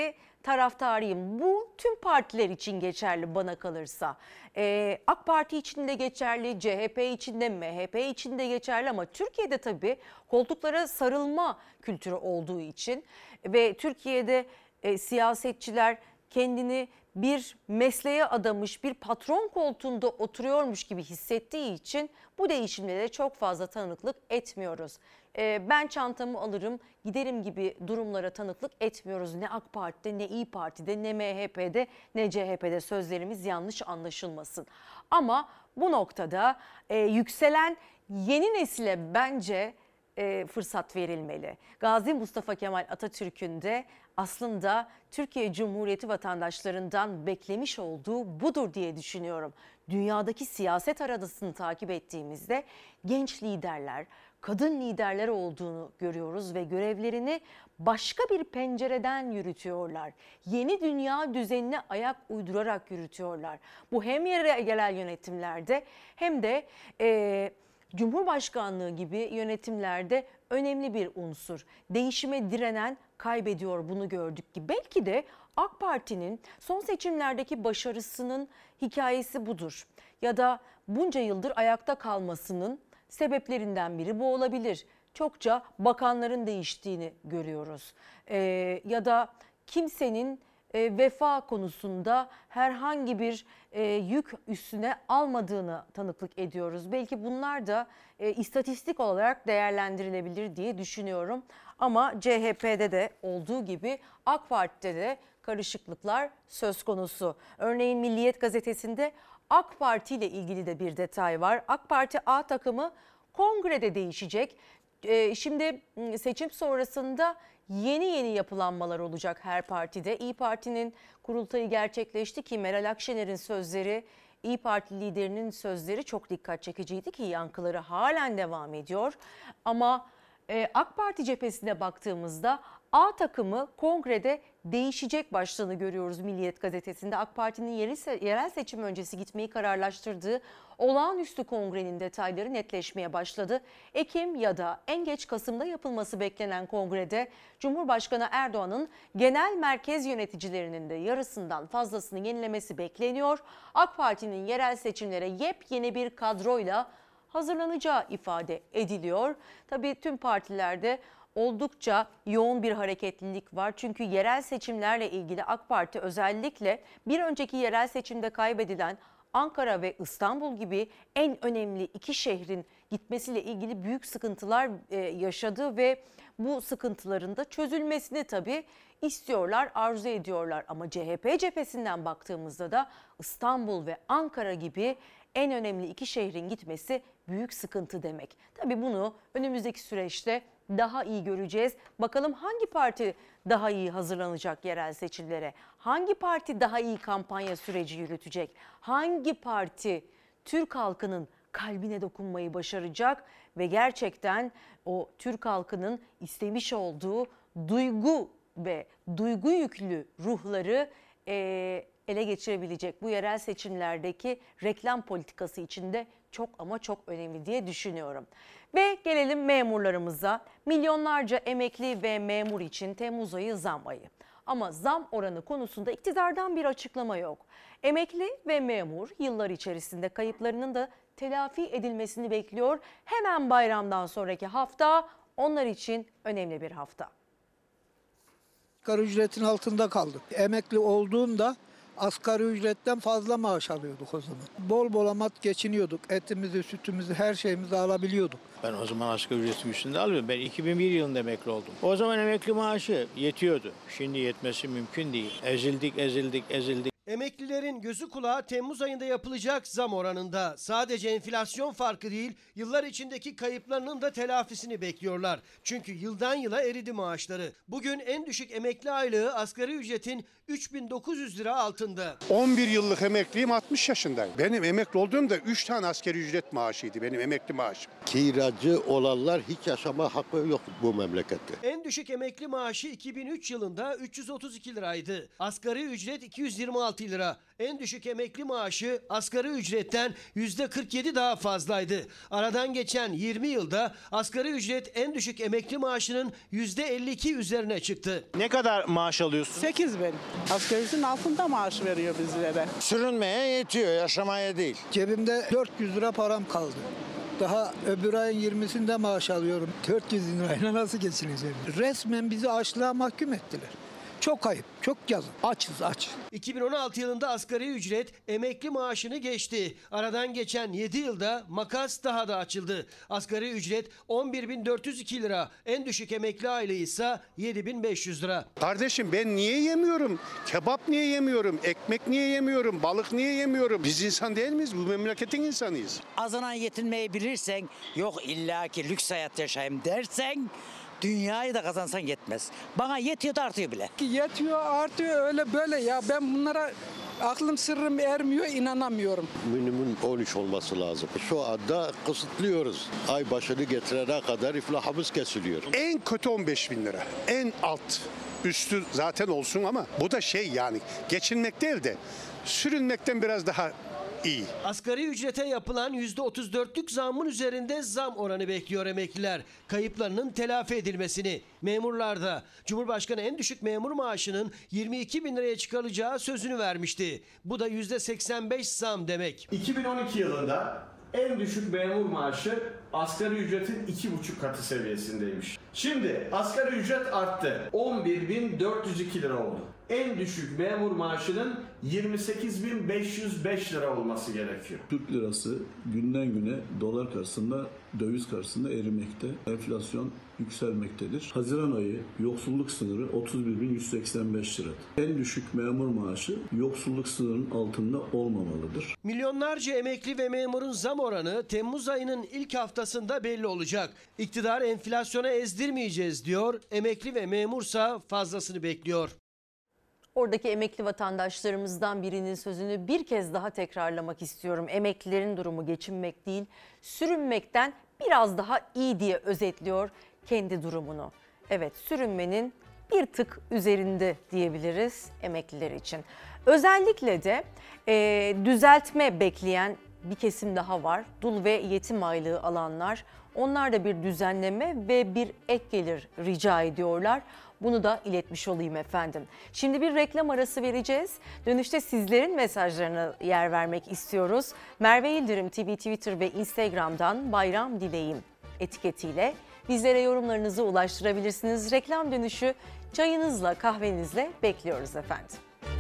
taraftarıyım. Bu tüm partiler için geçerli bana kalırsa. Ee, AK Parti için de geçerli, C H P için de, M H P için de geçerli ama Türkiye'de tabii koltuklara sarılma kültürü olduğu için ve Türkiye'de e, siyasetçiler kendini bir mesleğe adamış, bir patron koltuğunda oturuyormuş gibi hissettiği için bu değişimlere çok fazla tanıklık etmiyoruz. Ee, ben çantamı alırım, giderim gibi durumlara tanıklık etmiyoruz. Ne AK Parti'de, ne İYİ Parti'de, ne M H P'de, ne C H P'de, sözlerimiz yanlış anlaşılmasın. Ama bu noktada e, yükselen yeni nesile bence e, fırsat verilmeli. Gazi Mustafa Kemal Atatürk'ün de aslında Türkiye Cumhuriyeti vatandaşlarından beklemiş olduğu budur diye düşünüyorum. Dünyadaki siyaset aradasını takip ettiğimizde genç liderler, kadın liderler olduğunu görüyoruz ve görevlerini başka bir pencereden yürütüyorlar. Yeni dünya düzenine ayak uydurarak yürütüyorlar. Bu hem yerel yönetimlerde hem de e, Cumhurbaşkanlığı gibi yönetimlerde önemli bir unsur. Değişime direnen kaybediyor, bunu gördük ki. Belki de AK Parti'nin son seçimlerdeki başarısının hikayesi budur. Ya da bunca yıldır ayakta kalmasının sebeplerinden biri bu olabilir. Çokça bakanların değiştiğini görüyoruz. Ee, ya da kimsenin e, vefa konusunda herhangi bir e, yük üstüne almadığını tanıklık ediyoruz. Belki bunlar da e, istatistik olarak değerlendirilebilir diye düşünüyorum. Ama C H P'de de olduğu gibi AK Parti'de de karışıklıklar söz konusu. Örneğin Milliyet gazetesinde AK Parti ile ilgili de bir detay var. AK Parti A takımı kongrede değişecek. Ee, şimdi seçim sonrasında yeni yeni yapılanmalar olacak her partide. İYİ Parti'nin kurultayı gerçekleşti ki Meral Akşener'in sözleri, İYİ Parti liderinin sözleri çok dikkat çekiciydi ki yankıları halen devam ediyor. Ama e, AK Parti cephesine baktığımızda A takımı kongrede değişecek başlığını görüyoruz Milliyet gazetesinde. AK Parti'nin yerel seçim öncesi gitmeyi kararlaştırdığı olağanüstü kongrenin detayları netleşmeye başladı. Ekim ya da en geç Kasım'da yapılması beklenen kongrede Cumhurbaşkanı Erdoğan'ın genel merkez yöneticilerinin de yarısından fazlasını yenilemesi bekleniyor. AK Parti'nin yerel seçimlere yepyeni bir kadroyla hazırlanacağı ifade ediliyor. Tabii tüm partilerde oldukça yoğun bir hareketlilik var. Çünkü yerel seçimlerle ilgili AK Parti özellikle bir önceki yerel seçimde kaybedilen Ankara ve İstanbul gibi en önemli iki şehrin gitmesiyle ilgili büyük sıkıntılar yaşadı ve bu sıkıntıların da çözülmesini tabii istiyorlar, arzu ediyorlar. Ama C H P cephesinden baktığımızda da İstanbul ve Ankara gibi en önemli iki şehrin gitmesi büyük sıkıntı demek. Tabii bunu önümüzdeki süreçte daha iyi göreceğiz. Bakalım hangi parti daha iyi hazırlanacak yerel seçimlere? Hangi parti daha iyi kampanya süreci yürütecek? Hangi parti Türk halkının kalbine dokunmayı başaracak ve gerçekten o Türk halkının istemiş olduğu duygu ve duygu yüklü ruhları e, ele geçirebilecek? Bu yerel seçimlerdeki reklam politikası içinde çok ama çok önemli diye düşünüyorum. Ve gelelim memurlarımıza. Milyonlarca emekli ve memur için Temmuz ayı zam ayı. Ama zam oranı konusunda iktidardan bir açıklama yok. Emekli ve memur yıllar içerisinde kayıplarının da telafi edilmesini bekliyor. Hemen bayramdan sonraki hafta onlar için önemli bir hafta. Asgari ücretin altında kaldık. Emekli olduğumda asgari ücretten fazla maaş alıyorduk o zaman. Bol bol amat geçiniyorduk. Etimizi, sütümüzü, her şeyimizi alabiliyorduk. Ben o zaman asgari ücretin üstünde alıyorum. Ben iki bin bir yılında emekli oldum. O zaman emekli maaşı yetiyordu. Şimdi yetmesi mümkün değil. Ezildik, ezildik, ezildik. Emeklilerin gözü kulağı Temmuz ayında yapılacak zam oranında. Sadece enflasyon farkı değil, yıllar içindeki kayıplarının da telafisini bekliyorlar. Çünkü yıldan yıla eridi maaşları. Bugün en düşük emekli aylığı asgari ücretin üç bin dokuz yüz lira altında. on bir yıllık emekliyim, altmış yaşındayım. Benim emekli olduğumda üç tane asgari ücret maaşıydı benim emekli maaşım. Kiracı olanlar hiç yaşama hakkı yok bu memlekette. En düşük emekli maaşı iki bin üç yılında üç yüz otuz iki liraydı. Asgari ücret iki yüz yirmi altı lira. En düşük emekli maaşı asgari ücretten yüzde kırk yedi daha fazlaydı. Aradan geçen yirmi yılda asgari ücret en düşük emekli maaşının yüzde elli iki üzerine çıktı. Ne kadar maaş alıyorsun? sekiz bin. Asgari ücretin altında maaş veriyor bizlere. Sürünmeye yetiyor, yaşamaya değil. Cebimde dört yüz lira param kaldı. Daha öbür ayın yirmisinde maaş alıyorum. dört yüz lirayla nasıl geçineceğim? Resmen bizi açlığa mahkum ettiler. Çok ayıp, çok yazık. Açız, aç. iki bin on altı yılında asgari ücret emekli maaşını geçti. Aradan geçen yedi yılda makas daha da açıldı. Asgari ücret on bir bin dört yüz iki lira. En düşük emekli aile ise yedi bin beş yüz lira. Kardeşim ben niye yemiyorum? Kebap niye yemiyorum? Ekmek niye yemiyorum? Balık niye yemiyorum? Biz insan değil miyiz? Bu memleketin insanıyız. Azından yetinmeyi bilirsen, yok illaki lüks hayat yaşayayım dersen, dünyayı da kazansan yetmez. Bana yetiyor da artıyor bile. Yetiyor, artıyor, öyle böyle ya. Ben bunlara aklım sırrım ermiyor, inanamıyorum. Minimum on üç olması lazım. Şu anda kısıtlıyoruz. Ay başını getirene kadar iflahımız kesiliyor. En kötü on beş bin lira. En alt. Üstü zaten olsun ama bu da şey yani geçinmek değil de sürünmekten biraz daha iyi. Asgari ücrete yapılan yüzde otuz dörtlük zammın üzerinde zam oranı bekliyor emekliler. Kayıplarının telafi edilmesini. Memurlarda Cumhurbaşkanı en düşük memur maaşının yirmi iki bin liraya çıkarılacağı sözünü vermişti. Bu da yüzde seksen beş zam demek. iki bin on iki yılında en düşük memur maaşı asgari ücretin iki buçuk katı seviyesindeymiş. Şimdi asgari ücret arttı. on bir bin dört yüz iki lira oldu. En düşük memur maaşının yirmi sekiz bin beş yüz beş lira olması gerekiyor. Türk lirası günden güne dolar karşısında, döviz karşısında erimekte. Enflasyon yükselmektedir. Haziran ayı yoksulluk sınırı otuz bir bin yüz seksen beş lira. En düşük memur maaşı yoksulluk sınırının altında olmamalıdır. Milyonlarca emekli ve memurun zam oranı Temmuz ayının ilk haftasında belli olacak. İktidar enflasyona ezdirmeyeceğiz diyor. Emekli ve memursa fazlasını bekliyor. Oradaki emekli vatandaşlarımızdan birinin sözünü bir kez daha tekrarlamak istiyorum. Emeklilerin durumu geçinmek değil, sürünmekten biraz daha iyi diye özetliyor kendi durumunu. Evet, sürünmenin bir tık üzerinde diyebiliriz emekliler için. Özellikle de e, düzeltme bekleyen bir kesim daha var. Dul ve yetim aylığı alanlar. Onlar da bir düzenleme ve bir ek gelir rica ediyorlar. Bunu da iletmiş olayım efendim. Şimdi bir reklam arası vereceğiz. Dönüşte sizlerin mesajlarına yer vermek istiyoruz. Merve Yıldırım T V Twitter ve Instagram'dan bayram dileyim etiketiyle bizlere yorumlarınızı ulaştırabilirsiniz. Reklam dönüşü çayınızla kahvenizle bekliyoruz efendim.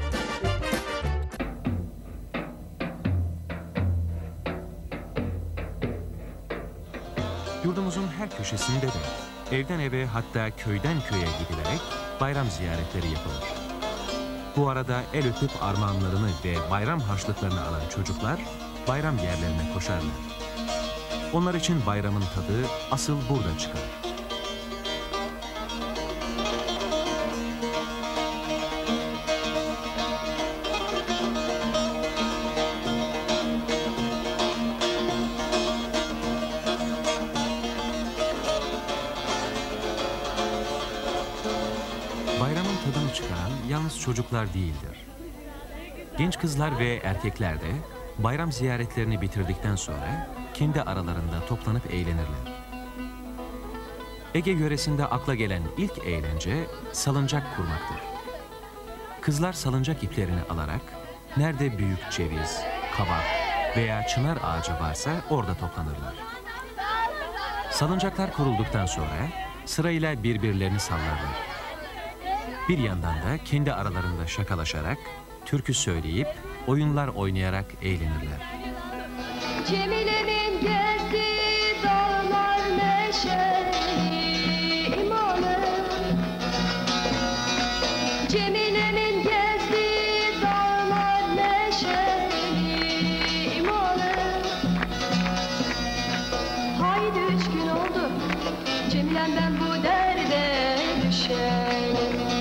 Yurdumuzun her köşesinde de evden eve hatta köyden köye gidilerek bayram ziyaretleri yapılır. Bu arada el öpüp armağanlarını ve bayram harçlıklarını alan çocuklar bayram yerlerine koşarlar. Onlar için bayramın tadı asıl burada çıkar. Yalnız çocuklar değildir. Genç kızlar ve erkekler de bayram ziyaretlerini bitirdikten sonra kendi aralarında toplanıp eğlenirler. Ege yöresinde akla gelen ilk eğlence salıncak kurmaktır. Kızlar salıncak iplerini alarak nerede büyük ceviz, kabak veya çınar ağacı varsa orada toplanırlar. Salıncaklar kurulduktan sonra sırayla birbirlerini sallarlar. Bir yandan da kendi aralarında şakalaşarak, türkü söyleyip, oyunlar oynayarak eğlenirler. Cemile'nin gezdiği dağlar neşeli imanı. Cemile'nin gezdiği dağlar neşeli imanı. Haydi üç gün oldu Cemile'm bu derde düşelim.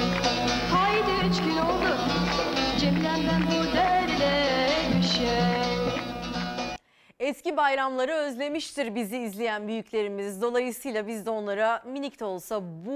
Eski bayramları özlemiştir bizi izleyen büyüklerimiz. Dolayısıyla biz de onlara minik de olsa bu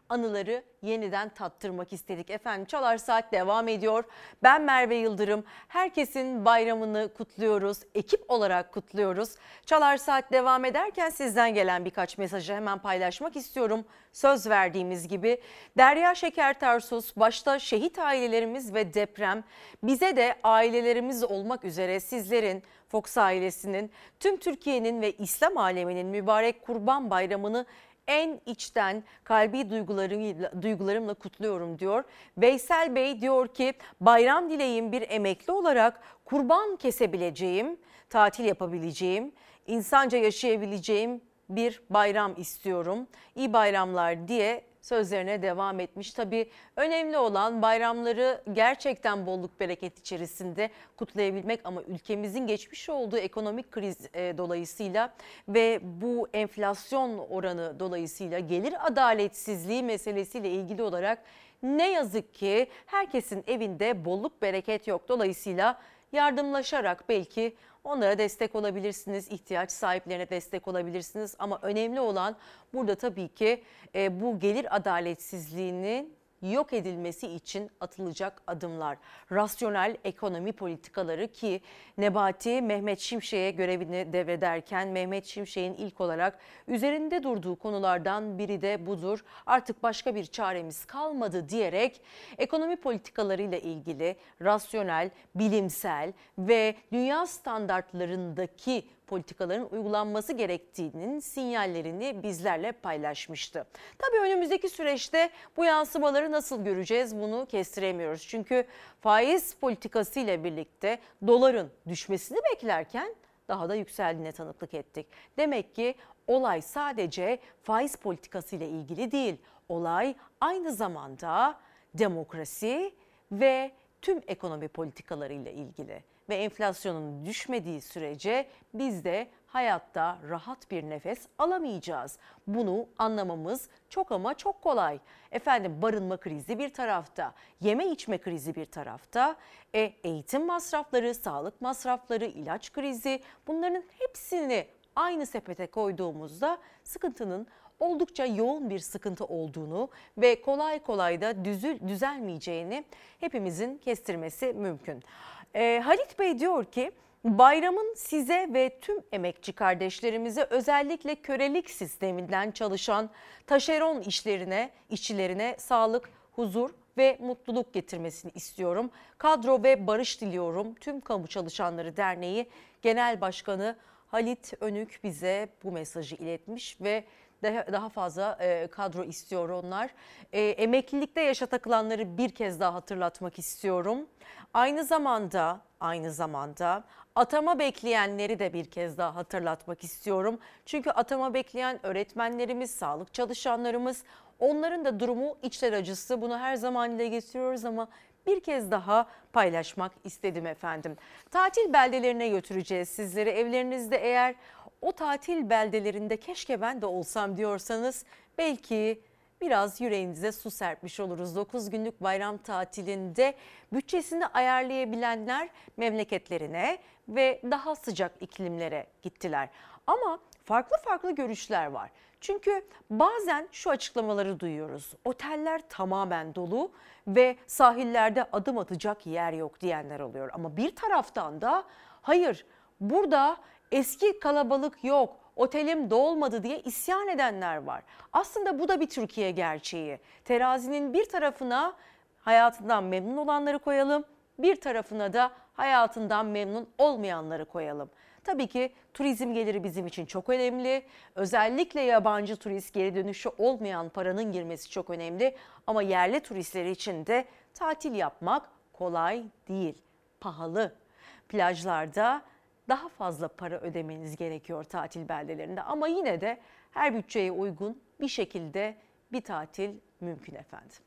anıları yeniden tattırmak istedik. Efendim Çalar Saat devam ediyor. Ben Merve Yıldırım. Herkesin bayramını kutluyoruz. Ekip olarak kutluyoruz. Çalar Saat devam ederken sizden gelen birkaç mesajı hemen paylaşmak istiyorum. Söz verdiğimiz gibi Derya Şeker Tarsus, başta şehit ailelerimiz ve deprem, bize de ailelerimiz olmak üzere sizlerin, Fox ailesinin, tüm Türkiye'nin ve İslam aleminin mübarek Kurban Bayramı'nı en içten kalbi duygularımla, duygularımla kutluyorum diyor. Veysel Bey diyor ki bayram dileğim bir emekli olarak kurban kesebileceğim, tatil yapabileceğim, insanca yaşayabileceğim bir bayram istiyorum. İyi bayramlar diye sözlerine devam etmiş. Tabii önemli olan bayramları gerçekten bolluk bereket içerisinde kutlayabilmek ama ülkemizin geçmiş olduğu ekonomik kriz e, dolayısıyla ve bu enflasyon oranı dolayısıyla gelir adaletsizliği meselesiyle ilgili olarak ne yazık ki herkesin evinde bolluk bereket yok. Dolayısıyla yardımlaşarak belki onlara destek olabilirsiniz, ihtiyaç sahiplerine destek olabilirsiniz. Ama önemli olan burada tabii ki e, bu gelir adaletsizliğinin yok edilmesi için atılacak adımlar. Rasyonel ekonomi politikaları ki Nebati Mehmet Şimşek'e görevini devrederken Mehmet Şimşek'in ilk olarak üzerinde durduğu konulardan biri de budur. Artık başka bir çaremiz kalmadı diyerek ekonomi politikalarıyla ilgili rasyonel, bilimsel ve dünya standartlarındaki politikaların uygulanması gerektiğinin sinyallerini bizlerle paylaşmıştı. Tabii önümüzdeki süreçte bu yansımaları nasıl göreceğiz bunu kestiremiyoruz. Çünkü faiz politikası ile birlikte doların düşmesini beklerken daha da yükseldiğine tanıklık ettik. Demek ki olay sadece faiz politikası ile ilgili değil. Olay aynı zamanda demokrasi ve tüm ekonomi politikalarıyla ilgili. Ve enflasyonun düşmediği sürece biz de hayatta rahat bir nefes alamayacağız. Bunu anlamamız çok ama çok kolay. Efendim barınma krizi bir tarafta, yeme içme krizi bir tarafta, e, eğitim masrafları, sağlık masrafları, ilaç krizi, bunların hepsini aynı sepete koyduğumuzda sıkıntının oldukça yoğun bir sıkıntı olduğunu ve kolay kolay da düzül, düzelmeyeceğini hepimizin kestirmesi mümkün. E, Halit Bey diyor ki bayramın size ve tüm emekçi kardeşlerimize özellikle kölelik sisteminden çalışan taşeron işlerine, işçilerine sağlık, huzur ve mutluluk getirmesini istiyorum. Kadro ve barış diliyorum. Tüm Kamu Çalışanları Derneği Genel Başkanı Halit Önük bize bu mesajı iletmiş ve daha, daha fazla e, kadro istiyor onlar. E, emeklilikte yaşa takılanları bir kez daha hatırlatmak istiyorum. Aynı zamanda, aynı zamanda atama bekleyenleri de bir kez daha hatırlatmak istiyorum. Çünkü atama bekleyen öğretmenlerimiz, sağlık çalışanlarımız, onların da durumu içler acısı. Bunu her zaman dile getiriyoruz ama bir kez daha paylaşmak istedim efendim. Tatil beldelerine götüreceğiz sizleri. Evlerinizde eğer o tatil beldelerinde keşke ben de olsam diyorsanız belki biraz yüreğinize su serpmiş oluruz. dokuz günlük bayram tatilinde bütçesini ayarlayabilenler memleketlerine ve daha sıcak iklimlere gittiler. Ama farklı farklı görüşler var. Çünkü bazen şu açıklamaları duyuyoruz. Oteller tamamen dolu ve sahillerde adım atacak yer yok diyenler oluyor. Ama bir taraftan da hayır burada eski kalabalık yok, otelim dolmadı diye isyan edenler var. Aslında bu da bir Türkiye gerçeği. Terazinin bir tarafına hayatından memnun olanları koyalım, bir tarafına da hayatından memnun olmayanları koyalım. Tabii ki turizm geliri bizim için çok önemli. Özellikle yabancı turist geri dönüşü olmayan paranın girmesi çok önemli. Ama yerli turistler için de tatil yapmak kolay değil, pahalı. Plajlarda daha fazla para ödemeniz gerekiyor tatil beldelerinde ama yine de her bütçeye uygun bir şekilde bir tatil mümkün efendim.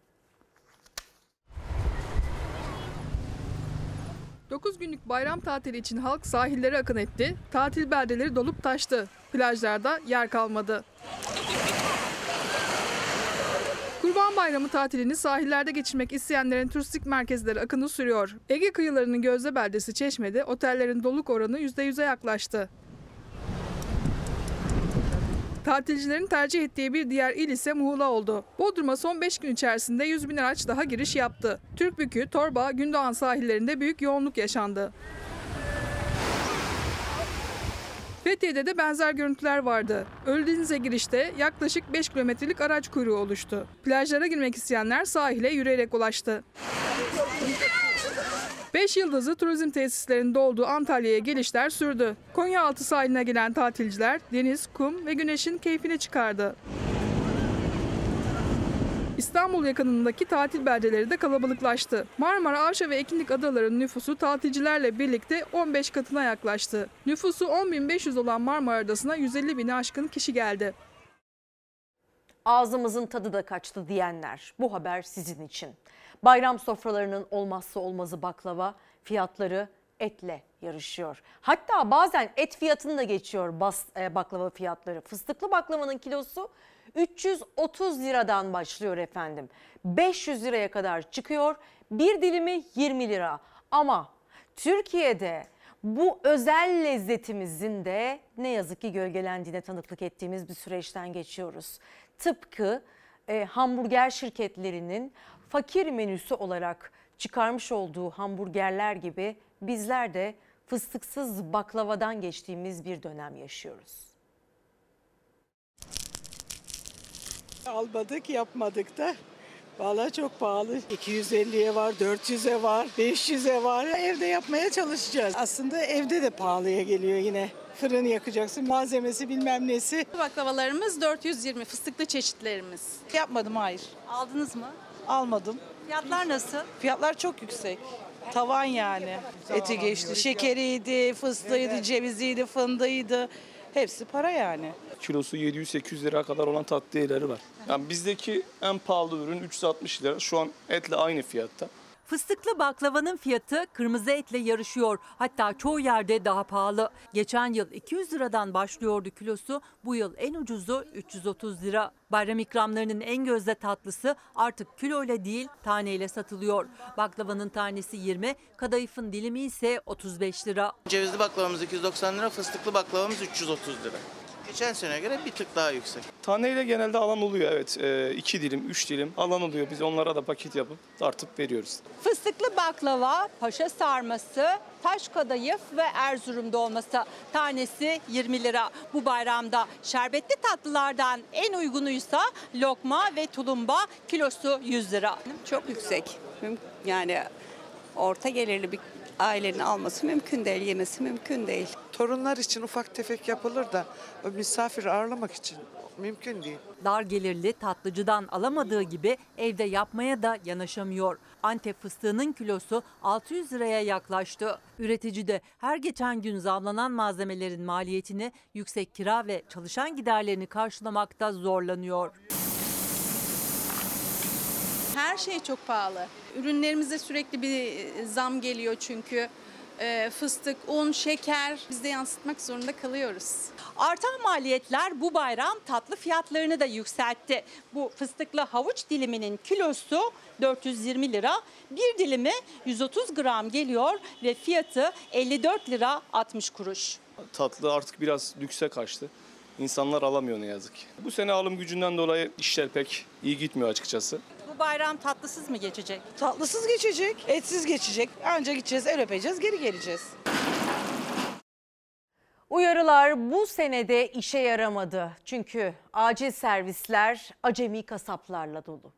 dokuz günlük bayram tatili için halk sahillere akın etti. Tatil beldeleri dolup taştı. Plajlarda yer kalmadı. Kurban Bayramı tatilini sahillerde geçirmek isteyenlerin turistik merkezlere akını sürüyor. Ege kıyılarının gözde beldesi Çeşme'de otellerin doluluk oranı yüzde yüze yaklaştı. Tatilcilerin tercih ettiği bir diğer il ise Muğla oldu. Bodrum'a son beş gün içerisinde yüz bin araç daha giriş yaptı. Türkbükü, Torba, Gündoğan sahillerinde büyük yoğunluk yaşandı. Fethiye'de de benzer görüntüler vardı. Ölüdeniz'e girişte yaklaşık beş kilometrelik araç kuyruğu oluştu. Plajlara girmek isteyenler sahile yürüyerek ulaştı. Beş yıldızlı turizm tesislerinde olduğu Antalya'ya gelişler sürdü. Konyaaltı sahiline gelen tatilciler deniz, kum ve güneşin keyfini çıkardı. İstanbul yakınındaki tatil beldeleri de kalabalıklaştı. Marmara, Avşa ve Ekinlik adalarının nüfusu tatilcilerle birlikte on beş katına yaklaştı. Nüfusu on bin beş yüz olan Marmara Adası'na yüz elli bine aşkın kişi geldi. Ağzımızın tadı da kaçtı diyenler, bu haber sizin için. Bayram sofralarının olmazsa olmazı baklava, fiyatları etle yarışıyor. Hatta bazen et fiyatını da geçiyor bas, e, baklava fiyatları. Fıstıklı baklavanın kilosu üç yüz otuz liradan başlıyor efendim. beş yüz liraya kadar çıkıyor. Bir dilimi yirmi lira. Ama Türkiye'de bu özel lezzetimizin de ne yazık ki gölgelendiğine tanıklık ettiğimiz bir süreçten geçiyoruz. Tıpkı e, hamburger şirketlerinin fakir menüsü olarak çıkarmış olduğu hamburgerler gibi bizler de fıstıksız baklavadan geçtiğimiz bir dönem yaşıyoruz. Almadık, yapmadık da. Vallahi çok pahalı. iki yüz elliye var, dört yüze var, beş yüze var. Evde yapmaya çalışacağız. Aslında evde de pahalıya geliyor yine. Fırın yakacaksın, malzemesi bilmem nesi. Baklavalarımız dört yüz yirmi, fıstıklı çeşitlerimiz. Yapmadım, hayır. Aldınız mı? Almadım. Fiyatlar nasıl? Fiyatlar çok yüksek. Tavan yani. Eti geçti. Şekeriydi, fıstığıydı, ceviziydi, fındığıydı. Hepsi para yani. Kilosu yedi yüz sekiz yüz lira kadar olan tatlıları var. Yani bizdeki en pahalı ürün üç yüz altmış lira. Şu an etle aynı fiyatta. Fıstıklı baklavanın fiyatı kırmızı etle yarışıyor. Hatta çoğu yerde daha pahalı. Geçen yıl iki yüz liradan başlıyordu kilosu. Bu yıl en ucuzu üç yüz otuz lira. Bayram ikramlarının en gözde tatlısı artık kiloyla değil taneyle satılıyor. Baklavanın tanesi yirmi, kadayıfın dilimi ise otuz beş lira. Cevizli baklavamız iki yüz doksan lira, fıstıklı baklavamız üç yüz otuz lira. Geçen seneye göre bir tık daha yüksek. Taneyle genelde alan oluyor, evet. E, iki dilim, üç dilim alan oluyor. Biz onlara da paket yapıp tartıp veriyoruz. Fıstıklı baklava, paşa sarması, taş kadayıf ve Erzurum dolması tanesi yirmi lira. Bu bayramda şerbetli tatlılardan en uygunuysa lokma ve tulumba, kilosu yüz lira. Çok yüksek. Yani orta gelirli bir ailenin alması mümkün değil, yemesi mümkün değil. Torunlar için ufak tefek yapılır da o misafir ağırlamak için mümkün değil. Dar gelirli tatlıcıdan alamadığı gibi evde yapmaya da yanaşamıyor. Antep fıstığının kilosu altı yüz liraya yaklaştı. Üretici de her geçen gün zamlanan malzemelerin maliyetini, yüksek kira ve çalışan giderlerini karşılamakta zorlanıyor. Her şey çok pahalı. Ürünlerimize sürekli bir zam geliyor çünkü. E, fıstık, un, şeker biz de yansıtmak zorunda kalıyoruz. Artan maliyetler bu bayram tatlı fiyatlarını da yükseltti. Bu fıstıklı havuç diliminin kilosu dört yüz yirmi lira, bir dilimi yüz otuz gram geliyor ve fiyatı elli dört lira altmış kuruş. Tatlı artık biraz lükse kaçtı. İnsanlar alamıyor ne yazık ki. Bu sene alım gücünden dolayı işler pek iyi gitmiyor açıkçası. Bu bayram tatlısız mı geçecek? Tatlısız geçecek, etsiz geçecek. Anca gideceğiz, el öpeceğiz, geri geleceğiz. Uyarılar bu senede işe yaramadı. Çünkü acil servisler acemi kasaplarla dolu.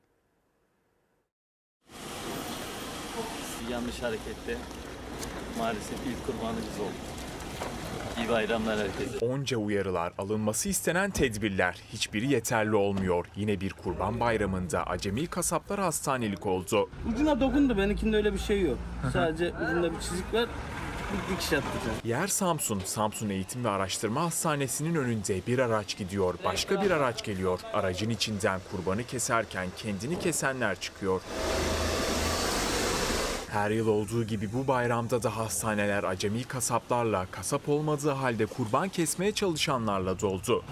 Yanlış harekette maalesef ilk kurbanı biz olduk. İyi bayramlar herkese. Onca uyarılar, alınması istenen tedbirler, hiçbiri yeterli olmuyor. Yine bir kurban bayramında acemi kasaplar hastanelik oldu. Ucuna dokundu, benimkinde öyle bir şey yok. Sadece ucunda bir çizik var, bir dikiş yaptıracağım. Yer Samsun, Samsun Eğitim ve Araştırma Hastanesi'nin önünde bir araç gidiyor, başka bir araç geliyor. Aracın içinden kurbanı keserken kendini kesenler çıkıyor. Her yıl olduğu gibi bu bayramda da hastaneler acemi kasaplarla, kasap olmadığı halde kurban kesmeye çalışanlarla doldu.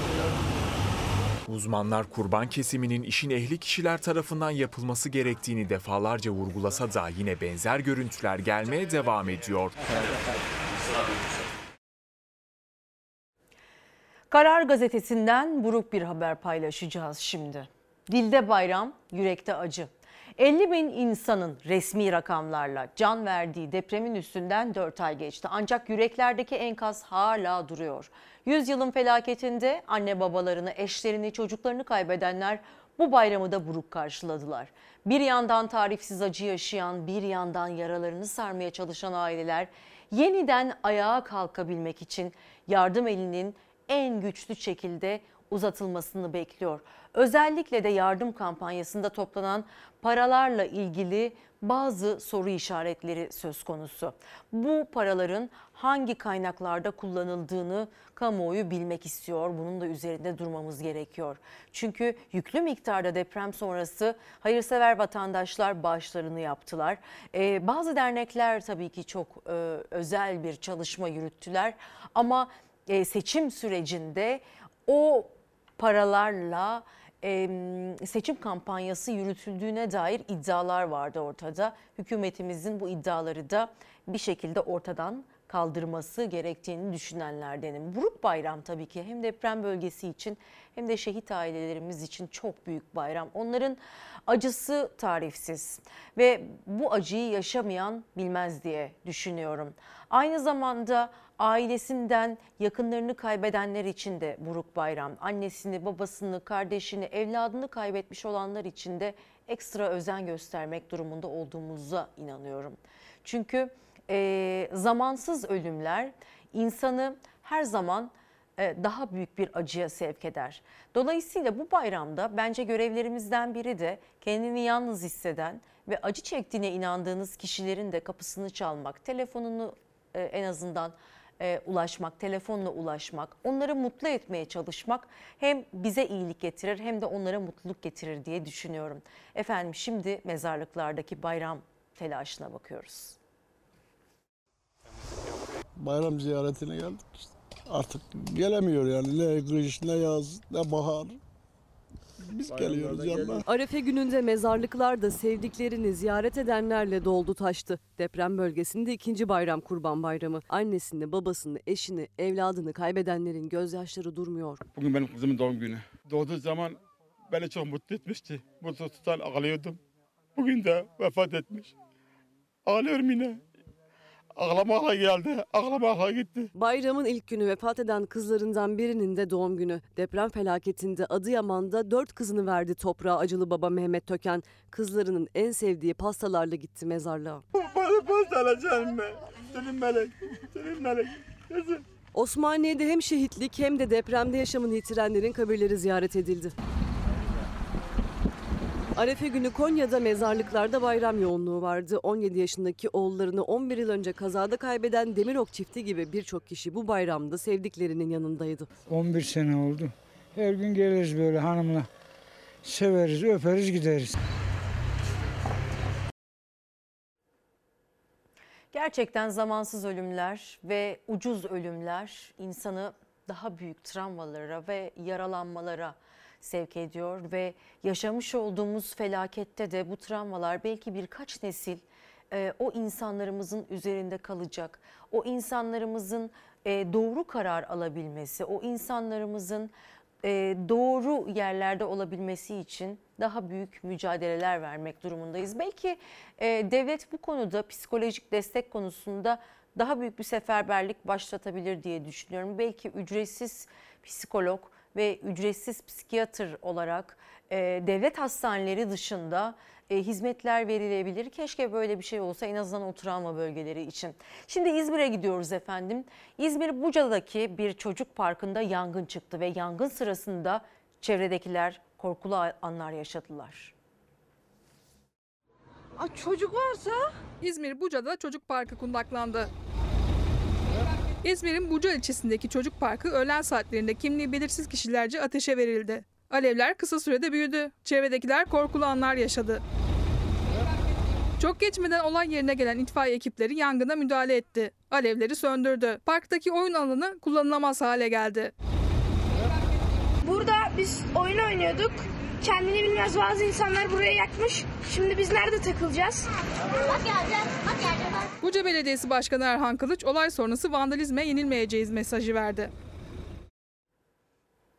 Uzmanlar kurban kesiminin işin ehli kişiler tarafından yapılması gerektiğini defalarca vurgulasa da yine benzer görüntüler gelmeye devam ediyor. Karar Gazetesi'nden buruk bir haber paylaşacağız şimdi. Dilde bayram, yürekte acı. elli bin insanın resmi rakamlarla can verdiği depremin üstünden dört ay geçti. Ancak yüreklerdeki enkaz hala duruyor. Yüzyılın felaketinde anne babalarını, eşlerini, çocuklarını kaybedenler bu bayramı da buruk karşıladılar. Bir yandan tarifsiz acı yaşayan, bir yandan yaralarını sarmaya çalışan aileler yeniden ayağa kalkabilmek için yardım elinin en güçlü şekilde uzatılmasını bekliyor. Özellikle de yardım kampanyasında toplanan paralarla ilgili bazı soru işaretleri söz konusu. Bu paraların hangi kaynaklarda kullanıldığını kamuoyu bilmek istiyor. Bunun da üzerinde durmamız gerekiyor. Çünkü yüklü miktarda deprem sonrası hayırsever vatandaşlar bağışlarını yaptılar. Ee, bazı dernekler tabii ki çok e, özel bir çalışma yürüttüler. Ama e, seçim sürecinde o paralarla seçim kampanyası yürütüldüğüne dair iddialar vardı ortada. Hükümetimizin bu iddiaları da bir şekilde ortadan kaldırması gerektiğini düşünenlerdenim. Buruk bayram tabii ki hem deprem bölgesi için hem de şehit ailelerimiz için çok büyük bayram. Onların acısı tarifsiz ve bu acıyı yaşamayan bilmez diye düşünüyorum. Aynı zamanda ailesinden yakınlarını kaybedenler için de buruk bayram. Annesini, babasını, kardeşini, evladını kaybetmiş olanlar için de ekstra özen göstermek durumunda olduğumuza inanıyorum. Çünkü e, zamansız ölümler insanı her zaman e, daha büyük bir acıya sevk eder. Dolayısıyla bu bayramda bence görevlerimizden biri de kendini yalnız hisseden ve acı çektiğine inandığınız kişilerin de kapısını çalmak, telefonunu e, en azından E, ulaşmak, telefonla ulaşmak, onları mutlu etmeye çalışmak hem bize iyilik getirir hem de onlara mutluluk getirir diye düşünüyorum. Efendim şimdi mezarlıklardaki bayram telaşına bakıyoruz. Bayram ziyaretine geldik işte. Artık gelemiyor yani ne kış ne yaz ne bahar. Biz geliyoruz yanına. Arefe gününde mezarlıklar da sevdiklerini ziyaret edenlerle doldu taştı. Deprem bölgesinde ikinci bayram Kurban Bayramı. Annesini, babasını, eşini, evladını kaybedenlerin gözyaşları durmuyor. Bugün benim kızımın doğum günü. Doğduğu zaman beni çok mutlu etmişti. Mutlu tutan ağlıyordum. Bugün de vefat etmiş. Ağlıyorum yine. Ağlamakla geldi, ağlamakla gitti. Bayramın ilk günü vefat eden kızlarından birinin de doğum günü. Deprem felaketinde Adıyaman'da dört kızını verdi toprağa acılı baba Mehmet Töken. Kızlarının en sevdiği pastalarla gitti mezarlığa. Bana pasta alacağım ben. Senin melek, senin melek. Kızım. Osmaniye'de hem şehitlik hem de depremde yaşamını yitirenlerin kabirleri ziyaret edildi. Arefe günü Konya'da mezarlıklarda bayram yoğunluğu vardı. on yedi yaşındaki oğullarını on bir yıl önce kazada kaybeden Demirok çifti gibi birçok kişi bu bayramda sevdiklerinin yanındaydı. on bir sene oldu. Her gün geliriz böyle hanımla. Severiz, öperiz, gideriz. Gerçekten zamansız ölümler ve ucuz ölümler insanı daha büyük travmalara ve yaralanmalara sevk ediyor ve yaşamış olduğumuz felakette de bu travmalar belki birkaç nesil e, o insanlarımızın üzerinde kalacak. O insanlarımızın e, doğru karar alabilmesi, o insanlarımızın e, doğru yerlerde olabilmesi için daha büyük mücadeleler vermek durumundayız. Belki e, devlet bu konuda psikolojik destek konusunda daha büyük bir seferberlik başlatabilir diye düşünüyorum. Belki ücretsiz psikolog ve ücretsiz psikiyatr olarak e, devlet hastaneleri dışında e, hizmetler verilebilir. Keşke böyle bir şey olsa en azından o travma bölgeleri için. Şimdi İzmir'e gidiyoruz efendim. İzmir Buca'daki bir çocuk parkında yangın çıktı ve yangın sırasında çevredekiler korkulu anlar yaşadılar. Aa, çocuk varsa? İzmir Buca'da çocuk parkı kundaklandı. İzmir'in Buca ilçesindeki çocuk parkı öğlen saatlerinde kimliği belirsiz kişilerce ateşe verildi. Alevler kısa sürede büyüdü. Çevredekiler korkulu anlar yaşadı. Çok geçmeden olay yerine gelen itfaiye ekipleri yangına müdahale etti. Alevleri söndürdü. Parktaki oyun alanı kullanılamaz hale geldi. Burada biz oyun oynuyorduk. Kendini bilmez bazı insanlar buraya yakmış. Şimdi biz nerede takılacağız? Bak geleceğiz, bak geleceğiz. Buca Belediyesi Başkanı Erhan Kılıç olay sonrası vandalizme yenilmeyeceğiz mesajı verdi.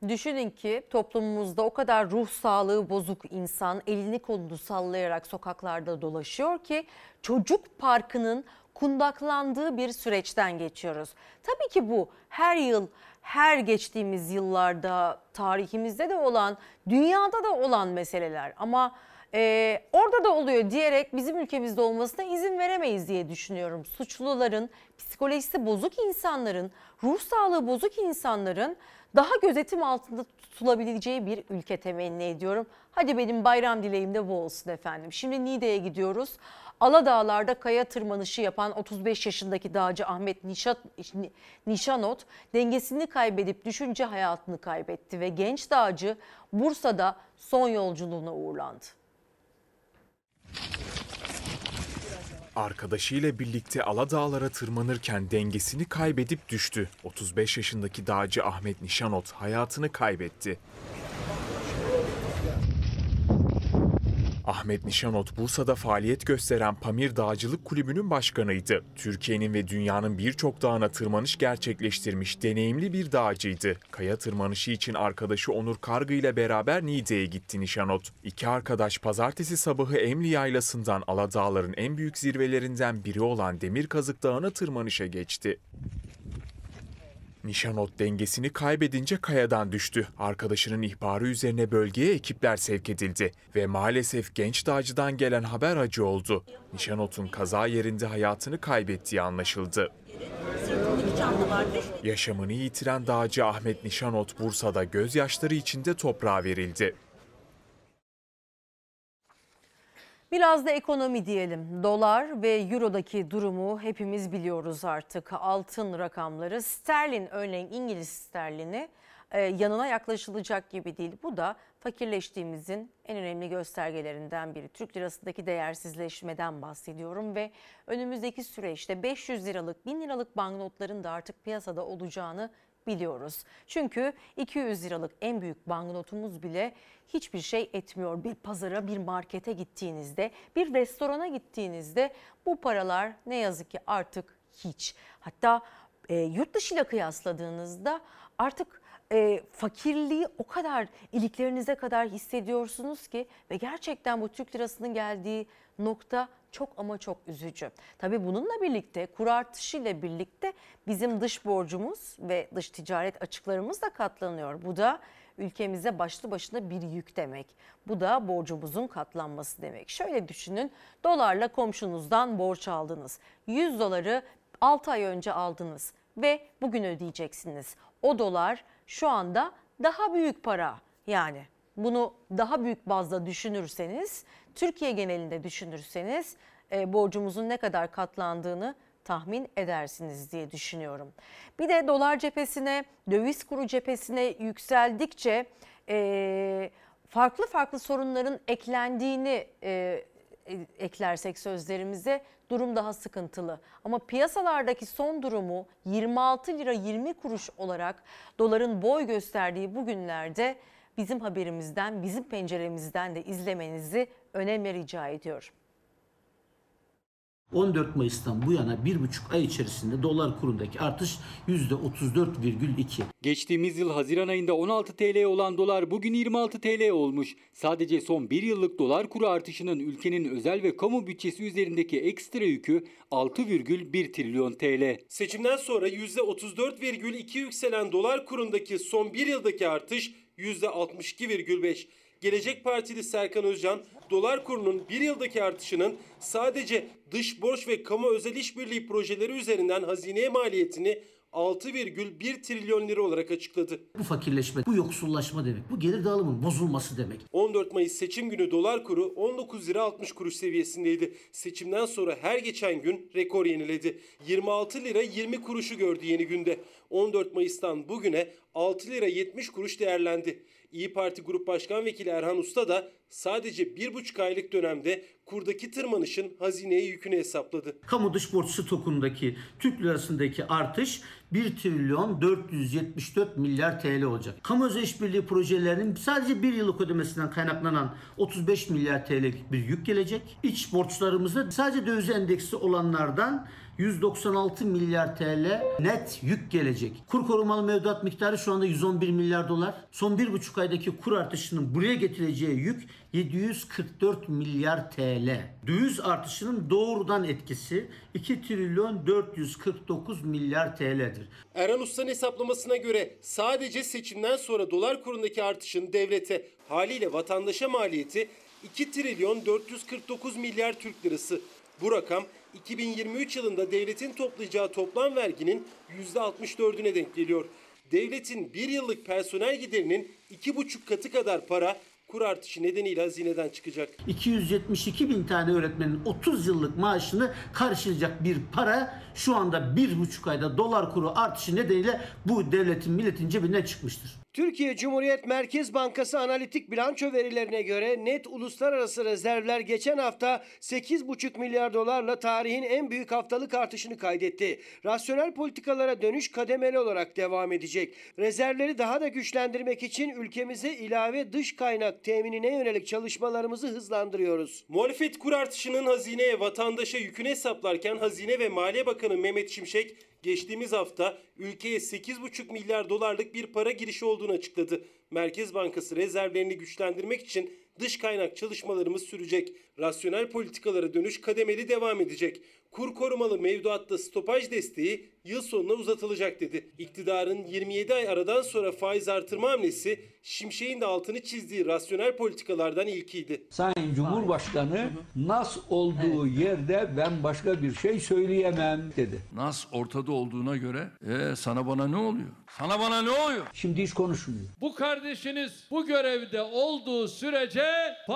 Düşünün ki toplumumuzda o kadar ruh sağlığı bozuk insan elini kolunu sallayarak sokaklarda dolaşıyor ki çocuk parkının kundaklandığı bir süreçten geçiyoruz. Tabii ki bu her yıl, her geçtiğimiz yıllarda tarihimizde de olan, dünyada da olan meseleler ama e, orada da oluyor diyerek bizim ülkemizde olmasına izin veremeyiz diye düşünüyorum. Suçluların, psikolojisi bozuk insanların, ruh sağlığı bozuk insanların daha gözetim altında tutulabileceği bir ülke temenni ediyorum. Hadi benim bayram dileğim de bu olsun efendim. Şimdi Niğde'ye gidiyoruz. Aladağlar'da kaya tırmanışı yapan otuz beş yaşındaki dağcı Ahmet Nişanot dengesini kaybedip düşünce hayatını kaybetti ve genç dağcı Bursa'da son yolculuğuna uğurlandı. Arkadaşıyla birlikte Aladağlara tırmanırken dengesini kaybedip düştü. otuz beş yaşındaki dağcı Ahmet Nişanot hayatını kaybetti. Ahmet Nişanot, Bursa'da faaliyet gösteren Pamir Dağcılık Kulübü'nün başkanıydı. Türkiye'nin ve dünyanın birçok dağına tırmanış gerçekleştirmiş deneyimli bir dağcıydı. Kaya tırmanışı için arkadaşı Onur Kargı ile beraber Niğde'ye gitti Nişanot. İki arkadaş pazartesi sabahı Emli Yaylası'ndan Aladağların en büyük zirvelerinden biri olan Demirkazık Dağı'na tırmanışa geçti. Nişanot dengesini kaybedince kayadan düştü. Arkadaşının ihbarı üzerine bölgeye ekipler sevk edildi ve maalesef genç dağcıdan gelen haber acı oldu. Nişanot'un kaza yerinde hayatını kaybettiği anlaşıldı. Yaşamını yitiren dağcı Ahmet Nişanot Bursa'da gözyaşları içinde toprağa verildi. Biraz da ekonomi diyelim. Dolar ve eurodaki durumu hepimiz biliyoruz artık. Altın rakamları, sterlin örneğin İngiliz sterlini e, yanına yaklaşılacak gibi değil. Bu da fakirleştiğimizin en önemli göstergelerinden biri. Türk lirasındaki değersizleşmeden bahsediyorum ve önümüzdeki süreçte beş yüz liralık, bin liralık banknotların da artık piyasada olacağını biliyoruz. Çünkü iki yüz liralık en büyük banknotumuz bile hiçbir şey etmiyor. Bir pazara, bir markete gittiğinizde, bir restorana gittiğinizde bu paralar ne yazık ki artık hiç. Hatta e, yurt dışıyla kıyasladığınızda artık e, fakirliği o kadar iliklerinize kadar hissediyorsunuz ki ve gerçekten bu Türk lirasının geldiği nokta çok ama çok üzücü. Tabii bununla birlikte kur artışıyla birlikte bizim dış borcumuz ve dış ticaret açıklarımız da katlanıyor. Bu da ülkemize başlı başına bir yük demek. Bu da borcumuzun katlanması demek. Şöyle düşünün, dolarla komşunuzdan borç aldınız. yüz doları altı ay önce aldınız ve bugün ödeyeceksiniz. O dolar şu anda daha büyük para, yani bunu daha büyük bazda düşünürseniz, Türkiye genelinde düşünürseniz e, borcumuzun ne kadar katlandığını tahmin edersiniz diye düşünüyorum. Bir de dolar cephesine, döviz kuru cephesine yükseldikçe e, farklı farklı sorunların eklendiğini e, e, eklersek sözlerimize durum daha sıkıntılı. Ama piyasalardaki son durumu yirmi altı lira yirmi kuruş olarak doların boy gösterdiği bu günlerde bizim haberimizden, bizim penceremizden de izlemenizi önemli rica ediyorum. on dört Mayıs'tan bu yana bir buçuk ay içerisinde dolar kurundaki artış yüzde otuz dört virgül iki. Geçtiğimiz yıl Haziran ayında on altı TL olan dolar bugün yirmi altı TL olmuş. Sadece son bir yıllık dolar kuru artışının ülkenin özel ve kamu bütçesi üzerindeki ekstra yükü altı virgül bir trilyon T L. Seçimden sonra yüzde otuz dört virgül iki yükselen dolar kurundaki son bir yıldaki artış yüzde altmış iki virgül beş. Gelecek Partili Serkan Özcan, dolar kurunun bir yıldaki artışının sadece dış borç ve kamu özel işbirliği projeleri üzerinden hazineye maliyetini altı virgül bir trilyon lira olarak açıkladı. Bu fakirleşme, bu yoksullaşma demek, bu gelir dağılımının bozulması demek. on dört Mayıs seçim günü dolar kuru on dokuz lira altmış kuruş seviyesindeydi. Seçimden sonra her geçen gün rekor yeniledi. yirmi altı lira yirmi kuruşu gördü yeni günde. on dört Mayıs'tan bugüne altı lira yetmiş kuruş değerlendi. İyi Parti Grup Başkan Vekili Erhan Usta da sadece bir buçuk aylık dönemde kurdaki tırmanışın hazineye yükünü hesapladı. Kamu dış borç stokundaki Türk lirasındaki artış bir trilyon dört yüz yetmiş dört milyar T L olacak. Kamu özel işbirliği projelerinin sadece bir yıllık ödemesinden kaynaklanan otuz beş milyar T L'lik bir yük gelecek. İç borçlarımızda sadece döviz endeksi olanlardan yüz doksan altı milyar T L net yük gelecek. Kur korumalı mevduat miktarı şu anda yüz on bir milyar dolar. Son bir buçuk aydaki kur artışının buraya getireceği yük yedi yüz kırk dört milyar T L. Döviz artışının doğrudan etkisi iki trilyon dört yüz kırk dokuz milyar T L'dir. Erhan Usta'nın hesaplamasına göre sadece seçimden sonra dolar kurundaki artışın devlete, haliyle vatandaşa maliyeti iki trilyon dört yüz kırk dokuz milyar Türk lirası. Bu rakam iki bin yirmi üç yılında devletin toplayacağı toplam verginin yüzde altmış dördüne denk geliyor. Devletin bir yıllık personel giderinin iki buçuk katı kadar para kur artışı nedeniyle hazineden çıkacak. iki yüz yetmiş iki bin tane öğretmenin otuz yıllık maaşını karşılayacak bir para şu anda bir buçuk ayda dolar kuru artışı nedeniyle bu devletin milletin cebinden çıkmıştır. Türkiye Cumhuriyet Merkez Bankası analitik bilanço verilerine göre net uluslararası rezervler geçen hafta sekiz buçuk milyar dolarla tarihin en büyük haftalık artışını kaydetti. Rasyonel politikalara dönüş kademeli olarak devam edecek. Rezervleri daha da güçlendirmek için ülkemize ilave dış kaynak teminine yönelik çalışmalarımızı hızlandırıyoruz. Muhalefet kur artışının hazineye, vatandaşa yükünü hesaplarken Hazine ve Maliye Bakanı Mehmet Şimşek geçtiğimiz hafta ülkeye sekiz buçuk milyar dolarlık bir para girişi olduğunu açıkladı. Merkez Bankası rezervlerini güçlendirmek için dış kaynak çalışmalarımız sürecek. Rasyonel politikalara dönüş kademeli devam edecek. Kur korumalı mevduatta stopaj desteği yıl sonuna uzatılacak dedi. İktidarın yirmi yedi ay aradan sonra faiz artırma hamlesi Şimşek'in de altını çizdiği rasyonel politikalardan ilkiydi. Sayın Cumhurbaşkanı nas olduğu yerde ben başka bir şey söyleyemem dedi. Nas ortada olduğuna göre ee, sana bana ne oluyor? Sana bana ne oluyor? Şimdi hiç konuşmuyor. Bu kardeşiniz bu görevde olduğu sürece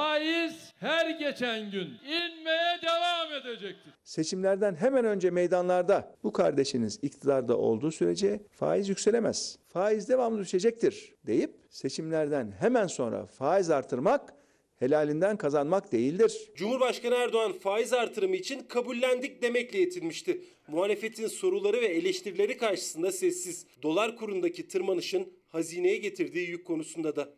faiz her geçen gün inmeye devam edecektir. Seçimlerden hemen önce meydanlarda bu kardeşiniz iktidarda olduğu sürece faiz yükselemez. Faiz devamlı düşecektir deyip seçimlerden hemen sonra faiz artırmak helalinden kazanmak değildir. Cumhurbaşkanı Erdoğan faiz artırımı için kabullendik demekle yetinmişti. Muhalefetin soruları ve eleştirileri karşısında sessiz. Dolar kurundaki tırmanışın hazineye getirdiği yük konusunda da.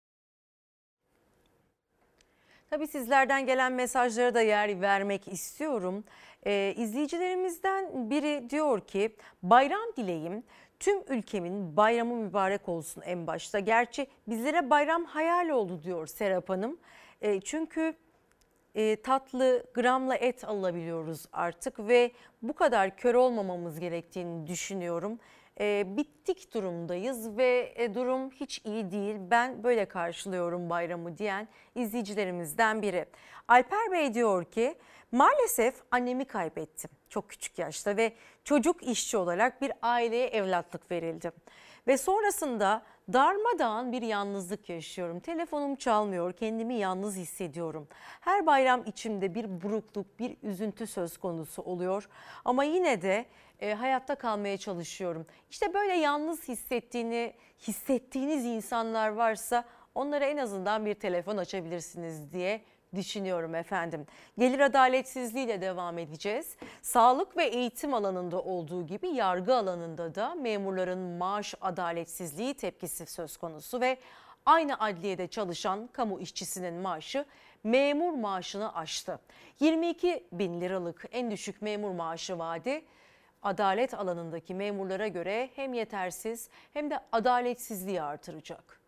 Tabii sizlerden gelen mesajlara da yer vermek istiyorum. Ee, izleyicilerimizden biri diyor ki bayram dileyim. Tüm ülkemin bayramı mübarek olsun en başta. Gerçi bizlere bayram hayal oldu diyor Serap Hanım. E, çünkü e, tatlı gramla et alabiliyoruz artık ve bu kadar kör olmamamız gerektiğini düşünüyorum. E, bittik durumdayız ve e, durum hiç iyi değil. Ben böyle karşılıyorum bayramı diyen izleyicilerimizden biri. Alper Bey diyor ki maalesef annemi kaybettim çok küçük yaşta ve çocuk işçi olarak bir aileye evlatlık verildi. Ve sonrasında darmadağın bir yalnızlık yaşıyorum. Telefonum çalmıyor, kendimi yalnız hissediyorum. Her bayram içimde bir burukluk, bir üzüntü söz konusu oluyor. Ama yine de e, hayatta kalmaya çalışıyorum. İşte böyle yalnız hissettiğini, hissettiğiniz insanlar varsa onlara en azından bir telefon açabilirsiniz diye düşünüyorum efendim. Gelir adaletsizliğiyle devam edeceğiz. Sağlık ve eğitim alanında olduğu gibi yargı alanında da memurların maaş adaletsizliği tepkisi söz konusu ve aynı adliyede çalışan kamu işçisinin maaşı memur maaşını aştı. yirmi iki bin liralık en düşük memur maaşı vaadi adalet alanındaki memurlara göre hem yetersiz hem de adaletsizliği artıracak.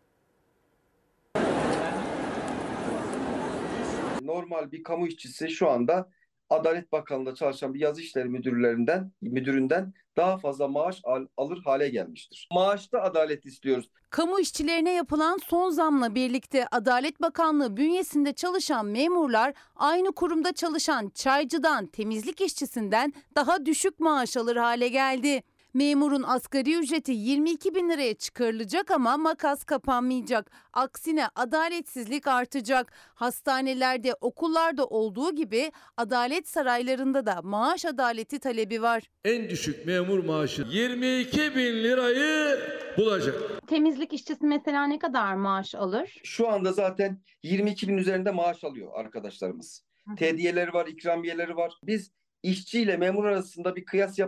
Normal bir kamu işçisi şu anda Adalet Bakanlığı'nda çalışan bir yazı işleri müdürlerinden, müdüründen daha fazla maaş al, alır hale gelmiştir. Maaşta adalet istiyoruz. Kamu işçilerine yapılan son zamla birlikte Adalet Bakanlığı bünyesinde çalışan memurlar aynı kurumda çalışan çaycıdan, temizlik işçisinden daha düşük maaş alır hale geldi. Memurun asgari ücreti yirmi iki bin liraya çıkarılacak ama makas kapanmayacak. Aksine adaletsizlik artacak. Hastanelerde, okullarda olduğu gibi adalet saraylarında da maaş adaleti talebi var. En düşük memur maaşı yirmi iki bin lirayı bulacak. Temizlik işçisi mesela ne kadar maaş alır? Şu anda zaten yirmi iki bin üzerinde maaş alıyor arkadaşlarımız. Tediyeleri var, ikramiyeleri var. Biz işçi ile memur arasında bir kıyas yapma,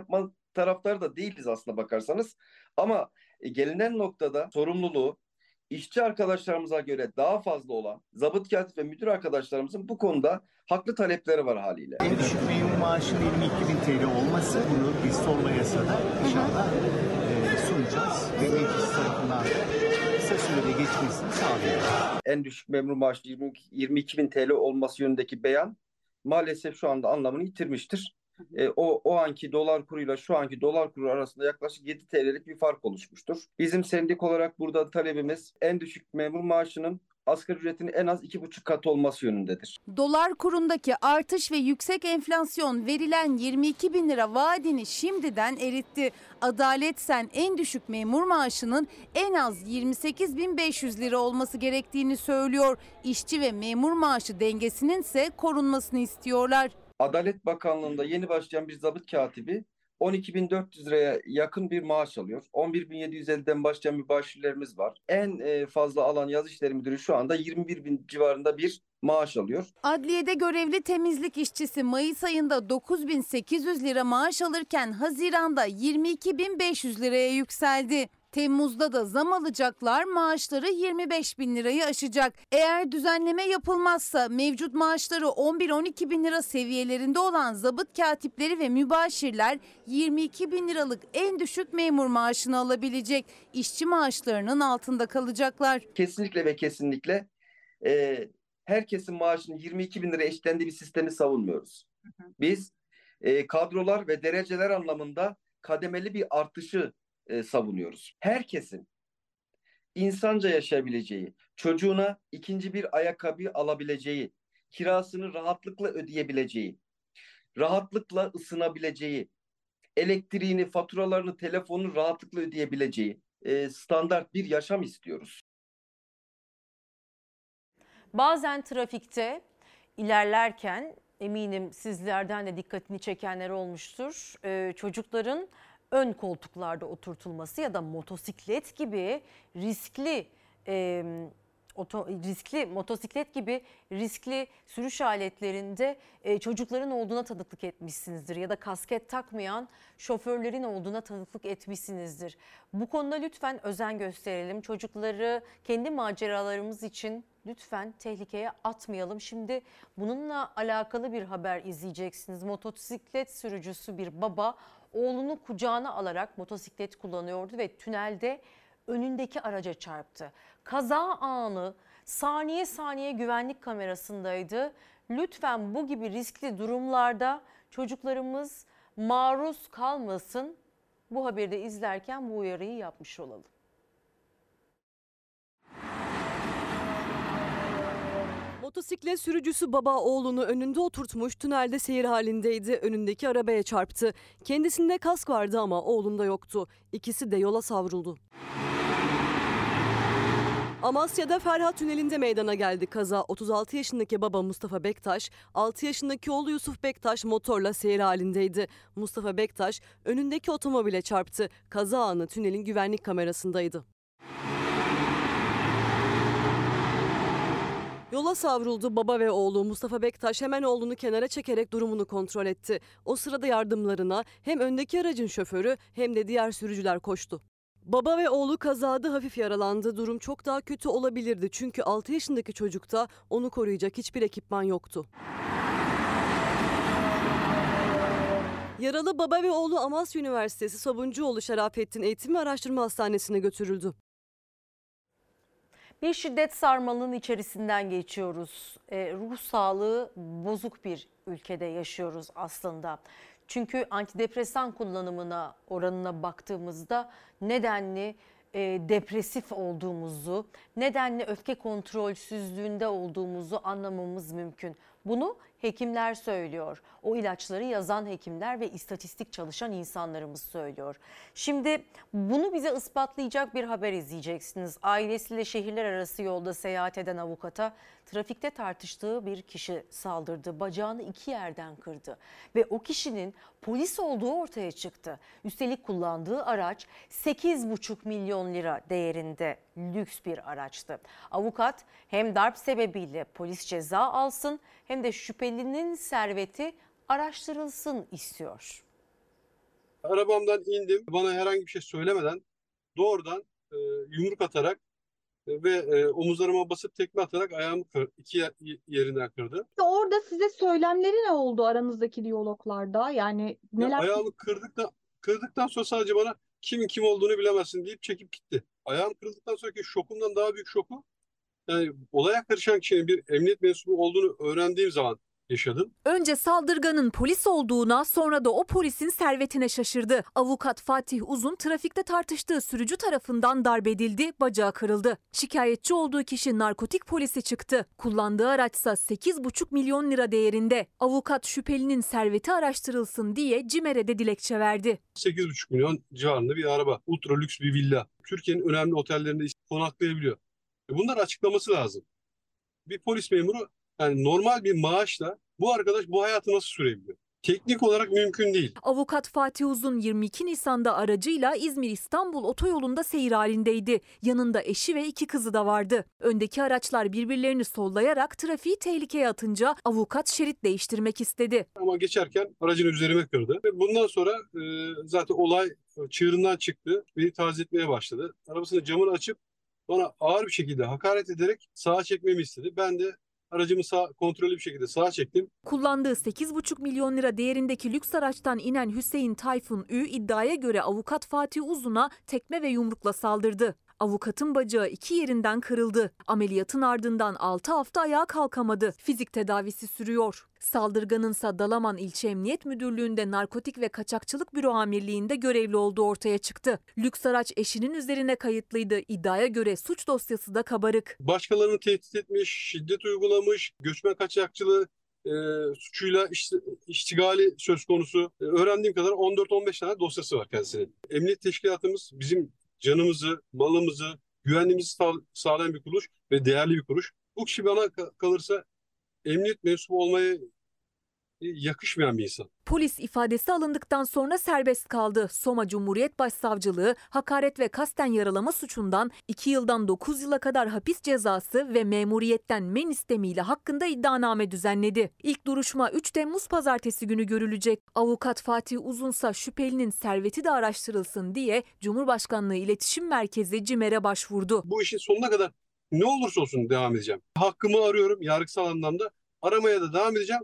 taraftarı da değiliz aslına bakarsanız. Ama e, gelinen noktada sorumluluğu işçi arkadaşlarımıza göre daha fazla olan zabıt katip ve müdür arkadaşlarımızın bu konuda haklı talepleri var haliyle. En düşük memur maaşının yirmi iki bin T L olması, bunu biz sorma yasada inşallah e, sunacağız ve meclis tarafından kısa sürede geçmesini sağlayacağız. En düşük memur maaşı yirmi iki bin T L olması yönündeki beyan maalesef şu anda anlamını yitirmiştir. E, o, o anki dolar kuruyla şu anki dolar kuru arasında yaklaşık yedi T L'lik bir fark oluşmuştur. Bizim sendik olarak burada talebimiz en düşük memur maaşının asgari ücretin en az iki buçuk katı olması yönündedir. Dolar kurundaki artış ve yüksek enflasyon verilen yirmi iki bin lira vaadini şimdiden eritti. Adalet Sen en düşük memur maaşının en az yirmi sekiz bin beş yüz lira olması gerektiğini söylüyor. İşçi ve memur maaşı dengesinin ise korunmasını istiyorlar. Adalet Bakanlığı'nda yeni başlayan bir zabıt katibi on iki bin dört yüz liraya yakın bir maaş alıyor. on bir bin yedi yüz elli'den başlayan mübaşirlerimiz var. En fazla alan Yaz İşleri Müdürü şu anda yirmi bir bin civarında bir maaş alıyor. Adliyede görevli temizlik işçisi Mayıs ayında dokuz bin sekiz yüz lira maaş alırken Haziran'da yirmi iki bin beş yüz liraya yükseldi. Temmuz'da da zam alacaklar, maaşları yirmi beş bin lirayı aşacak. Eğer düzenleme yapılmazsa mevcut maaşları on bir on iki bin lira seviyelerinde olan zabıt katipleri ve mübaşirler yirmi iki bin liralık en düşük memur maaşını alabilecek. İşçi maaşlarının altında kalacaklar. Kesinlikle ve kesinlikle e, herkesin maaşının yirmi iki bin lira eşitlendiği bir sistemi savunmuyoruz. Biz e, kadrolar ve dereceler anlamında kademeli bir artışı E, savunuyoruz. Herkesin insanca yaşayabileceği, çocuğuna ikinci bir ayakkabı alabileceği, kirasını rahatlıkla ödeyebileceği, rahatlıkla ısınabileceği, elektriğini, faturalarını, telefonunu rahatlıkla ödeyebileceği e, standart bir yaşam istiyoruz. Bazen trafikte ilerlerken eminim sizlerden de dikkatini çekenler olmuştur. Ee, çocukların ön koltuklarda oturtulması ya da motosiklet gibi riskli e, oto, riskli motosiklet gibi riskli sürüş aletlerinde e, çocukların olduğuna tanıklık etmişsinizdir ya da kasket takmayan şoförlerin olduğuna tanıklık etmişsinizdir. Bu konuda lütfen özen gösterelim. Çocukları kendi maceralarımız için lütfen tehlikeye atmayalım. Şimdi bununla alakalı bir haber izleyeceksiniz. Motosiklet sürücüsü bir baba oğlunu kucağına alarak motosiklet kullanıyordu ve tünelde önündeki araca çarptı. Kaza anı saniye saniye güvenlik kamerasındaydı. Lütfen bu gibi riskli durumlarda çocuklarımız maruz kalmasın. Bu haberi de izlerken bu uyarıyı yapmış olalım. Motosiklet sürücüsü baba oğlunu önünde oturtmuş tünelde seyir halindeydi. Önündeki arabaya çarptı. Kendisinde kask vardı ama oğlunda yoktu. İkisi de yola savruldu. Amasya'da Ferhat Tüneli'nde meydana geldi kaza. otuz altı yaşındaki baba Mustafa Bektaş, altı yaşındaki oğlu Yusuf Bektaş motorla seyir halindeydi. Mustafa Bektaş önündeki otomobile çarptı. Kaza anı tünelin güvenlik kamerasındaydı. Yola savruldu baba ve oğlu. Mustafa Bektaş hemen oğlunu kenara çekerek durumunu kontrol etti. O sırada yardımlarına hem öndeki aracın şoförü hem de diğer sürücüler koştu. Baba ve oğlu kazada hafif yaralandı. Durum çok daha kötü olabilirdi çünkü altı yaşındaki çocukta onu koruyacak hiçbir ekipman yoktu. Yaralı baba ve oğlu Amasya Üniversitesi Sabuncuoğlu Şerafettin Eğitim ve Araştırma Hastanesi'ne götürüldü. Bir şiddet sarmalının içerisinden geçiyoruz. E, ruh sağlığı bozuk bir ülkede yaşıyoruz aslında. Çünkü antidepresan kullanımına oranına baktığımızda nedenli e, depresif olduğumuzu, nedenli öfke kontrolsüzlüğünde olduğumuzu anlamamız mümkün. Bunu hekimler söylüyor. O ilaçları yazan hekimler ve istatistik çalışan insanlarımız söylüyor. Şimdi bunu bize ispatlayacak bir haber izleyeceksiniz. Ailesiyle şehirler arası yolda seyahat eden avukata trafikte tartıştığı bir kişi saldırdı. Bacağını iki yerden kırdı ve o kişinin polis olduğu ortaya çıktı. Üstelik kullandığı araç sekiz buçuk milyon lira değerinde lüks bir araçtı. Avukat hem darp sebebiyle polis ceza alsın hem de şüphelinin serveti araştırılsın istiyor. Arabamdan indim. Bana herhangi bir şey söylemeden doğrudan e, yumruk atarak e, ve e, omuzlarıma basıp tekme atarak ayağımı kır, iki yer, yerinden kırdı. Orada size söylemleri ne oldu aranızdaki diyaloglarda? Yani neler? Ya, ayağımı kırdıktan, kırdıktan sonra sadece bana kimin kim olduğunu bilemezsin deyip çekip gitti. Ayağım kırıldıktan sonraki şokumdan daha büyük şoku, yani olaya karışan kişinin bir emniyet mensubu olduğunu öğrendiğim zaman yaşadım. Önce saldırganın polis olduğuna, sonra da o polisin servetine şaşırdı. Avukat Fatih Uzun trafikte tartıştığı sürücü tarafından darp edildi, bacağı kırıldı. Şikayetçi olduğu kişi narkotik polisi çıktı. Kullandığı araçsa sekiz buçuk milyon lira değerinde. Avukat şüphelinin serveti araştırılsın diye CİMER'e dilekçe verdi. sekiz buçuk milyon civarında bir araba, ultra lüks bir villa. Türkiye'nin önemli otellerinde konaklayabiliyor. Bunlar açıklaması lazım. Bir polis memuru yani normal bir maaşla bu arkadaş bu hayatı nasıl sürebiliyor? Teknik olarak mümkün değil. Avukat Fatih Uzun yirmi iki Nisan'da aracıyla İzmir-İstanbul otoyolunda seyir halindeydi. Yanında eşi ve iki kızı da vardı. Öndeki araçlar birbirlerini sollayarak trafiği tehlikeye atınca avukat şerit değiştirmek istedi. Ama geçerken aracını üzerime kırdı. Ve bundan sonra e, zaten olay çığırından çıktı. Beni taciz etmeye başladı. Arabasının camını açıp bana ağır bir şekilde hakaret ederek sağa çekmemi istedi. Ben de aracımı sağ, kontrollü bir şekilde sağa çektim. Kullandığı sekiz buçuk milyon lira değerindeki lüks araçtan inen Hüseyin Tayfun Ü iddiaya göre avukat Fatih Uzun'a tekme ve yumrukla saldırdı. Avukatın bacağı iki yerinden kırıldı. Ameliyatın ardından altı hafta ayağa kalkamadı. Fizik tedavisi sürüyor. Saldırganınsa Dalaman İlçe Emniyet Müdürlüğü'nde Narkotik ve Kaçakçılık Büro Amirliği'nde görevli olduğu ortaya çıktı. Lüks araç eşinin üzerine kayıtlıydı. İddiaya göre suç dosyası da kabarık. Başkalarını tehdit etmiş, şiddet uygulamış, göçmen kaçakçılığı e, suçuyla iş, iştigali söz konusu. E, öğrendiğim kadar on dört on beş tane dosyası var kendisinin. Emniyet teşkilatımız bizim canımızı, malımızı, güvenliğimizi sağ, sağlayan bir kuruluş ve değerli bir kuruluş. Bu kişi bana kalırsa emniyet mensubu olmaya yakışmayan bir insan. Polis ifadesi alındıktan sonra serbest kaldı. Soma Cumhuriyet Başsavcılığı hakaret ve kasten yaralama suçundan iki yıldan dokuz yıla kadar hapis cezası ve memuriyetten men istemiyle hakkında iddianame düzenledi. İlk duruşma üç Temmuz pazartesi günü görülecek. Avukat Fatih Uzunsa şüphelinin serveti de araştırılsın diye Cumhurbaşkanlığı İletişim Merkezi CİMER'e başvurdu. Bu işin sonuna kadar ne olursa olsun devam edeceğim. Hakkımı arıyorum yargısal anlamda. Aramaya da devam edeceğim.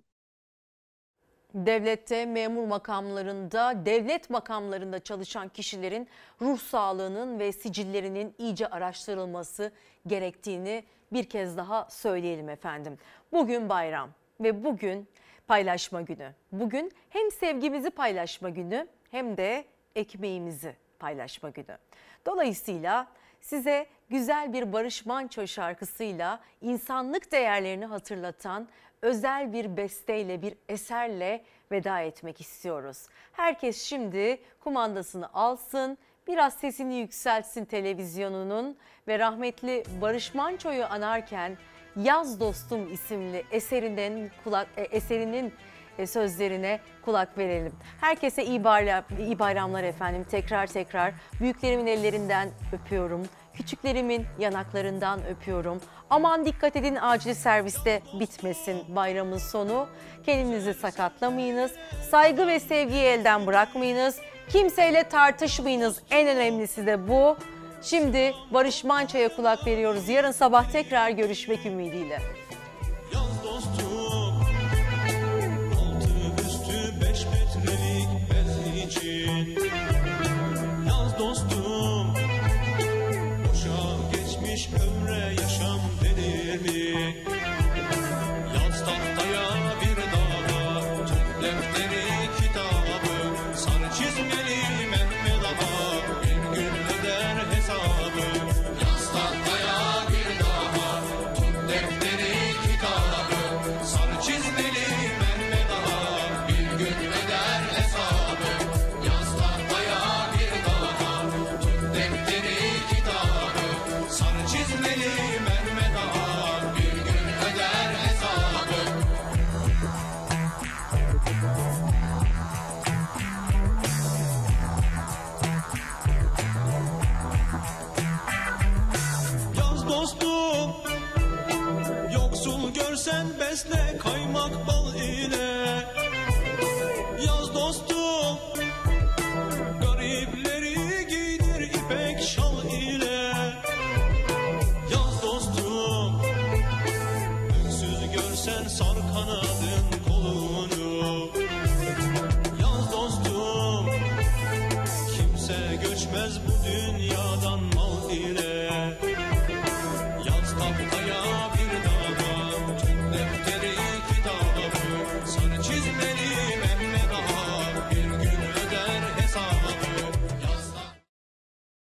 Devlette, memur makamlarında, devlet makamlarında çalışan kişilerin ruh sağlığının ve sicillerinin iyice araştırılması gerektiğini bir kez daha söyleyelim efendim. Bugün bayram ve bugün paylaşma günü. Bugün hem sevgimizi paylaşma günü hem de ekmeğimizi paylaşma günü. Dolayısıyla size güzel bir Barış Manço şarkısıyla insanlık değerlerini hatırlatan özel bir besteyle, bir eserle veda etmek istiyoruz. Herkes şimdi kumandasını alsın, biraz sesini yükseltsin televizyonunun ve rahmetli Barış Manço'yu anarken Yaz Dostum isimli eserinin kulak eserinin sözlerine kulak verelim. Herkese iyi bayram, iyi bayramlar efendim. Tekrar tekrar büyüklerimin ellerinden öpüyorum. Küçüklerimin yanaklarından öpüyorum. Aman dikkat edin, acil serviste bitmesin bayramın sonu. Kendinizi sakatlamayınız. Saygı ve sevgiyi elden bırakmayınız. Kimseyle tartışmayınız. En önemlisi de bu. Şimdi Barış Manço'ya kulak veriyoruz. Yarın sabah tekrar görüşmek ümidiyle. Yaz dostum, altı üstü beş metrelik bez için. Yaz dostum, boşa geçmiş ömre yaşam denir mi? Yaz tahtaya bir daha, tut defteri kitabı, sarı çizmeli Mehmet Ağa, bir gün öder hesabı. Yaz tahtaya bir daha, tut defteri kitabı, sarı çizmeli Mehmet Ağa, bir gün öder hesabı. Yaz tahtaya bir daha, Geçmez bu dünyadan mal ile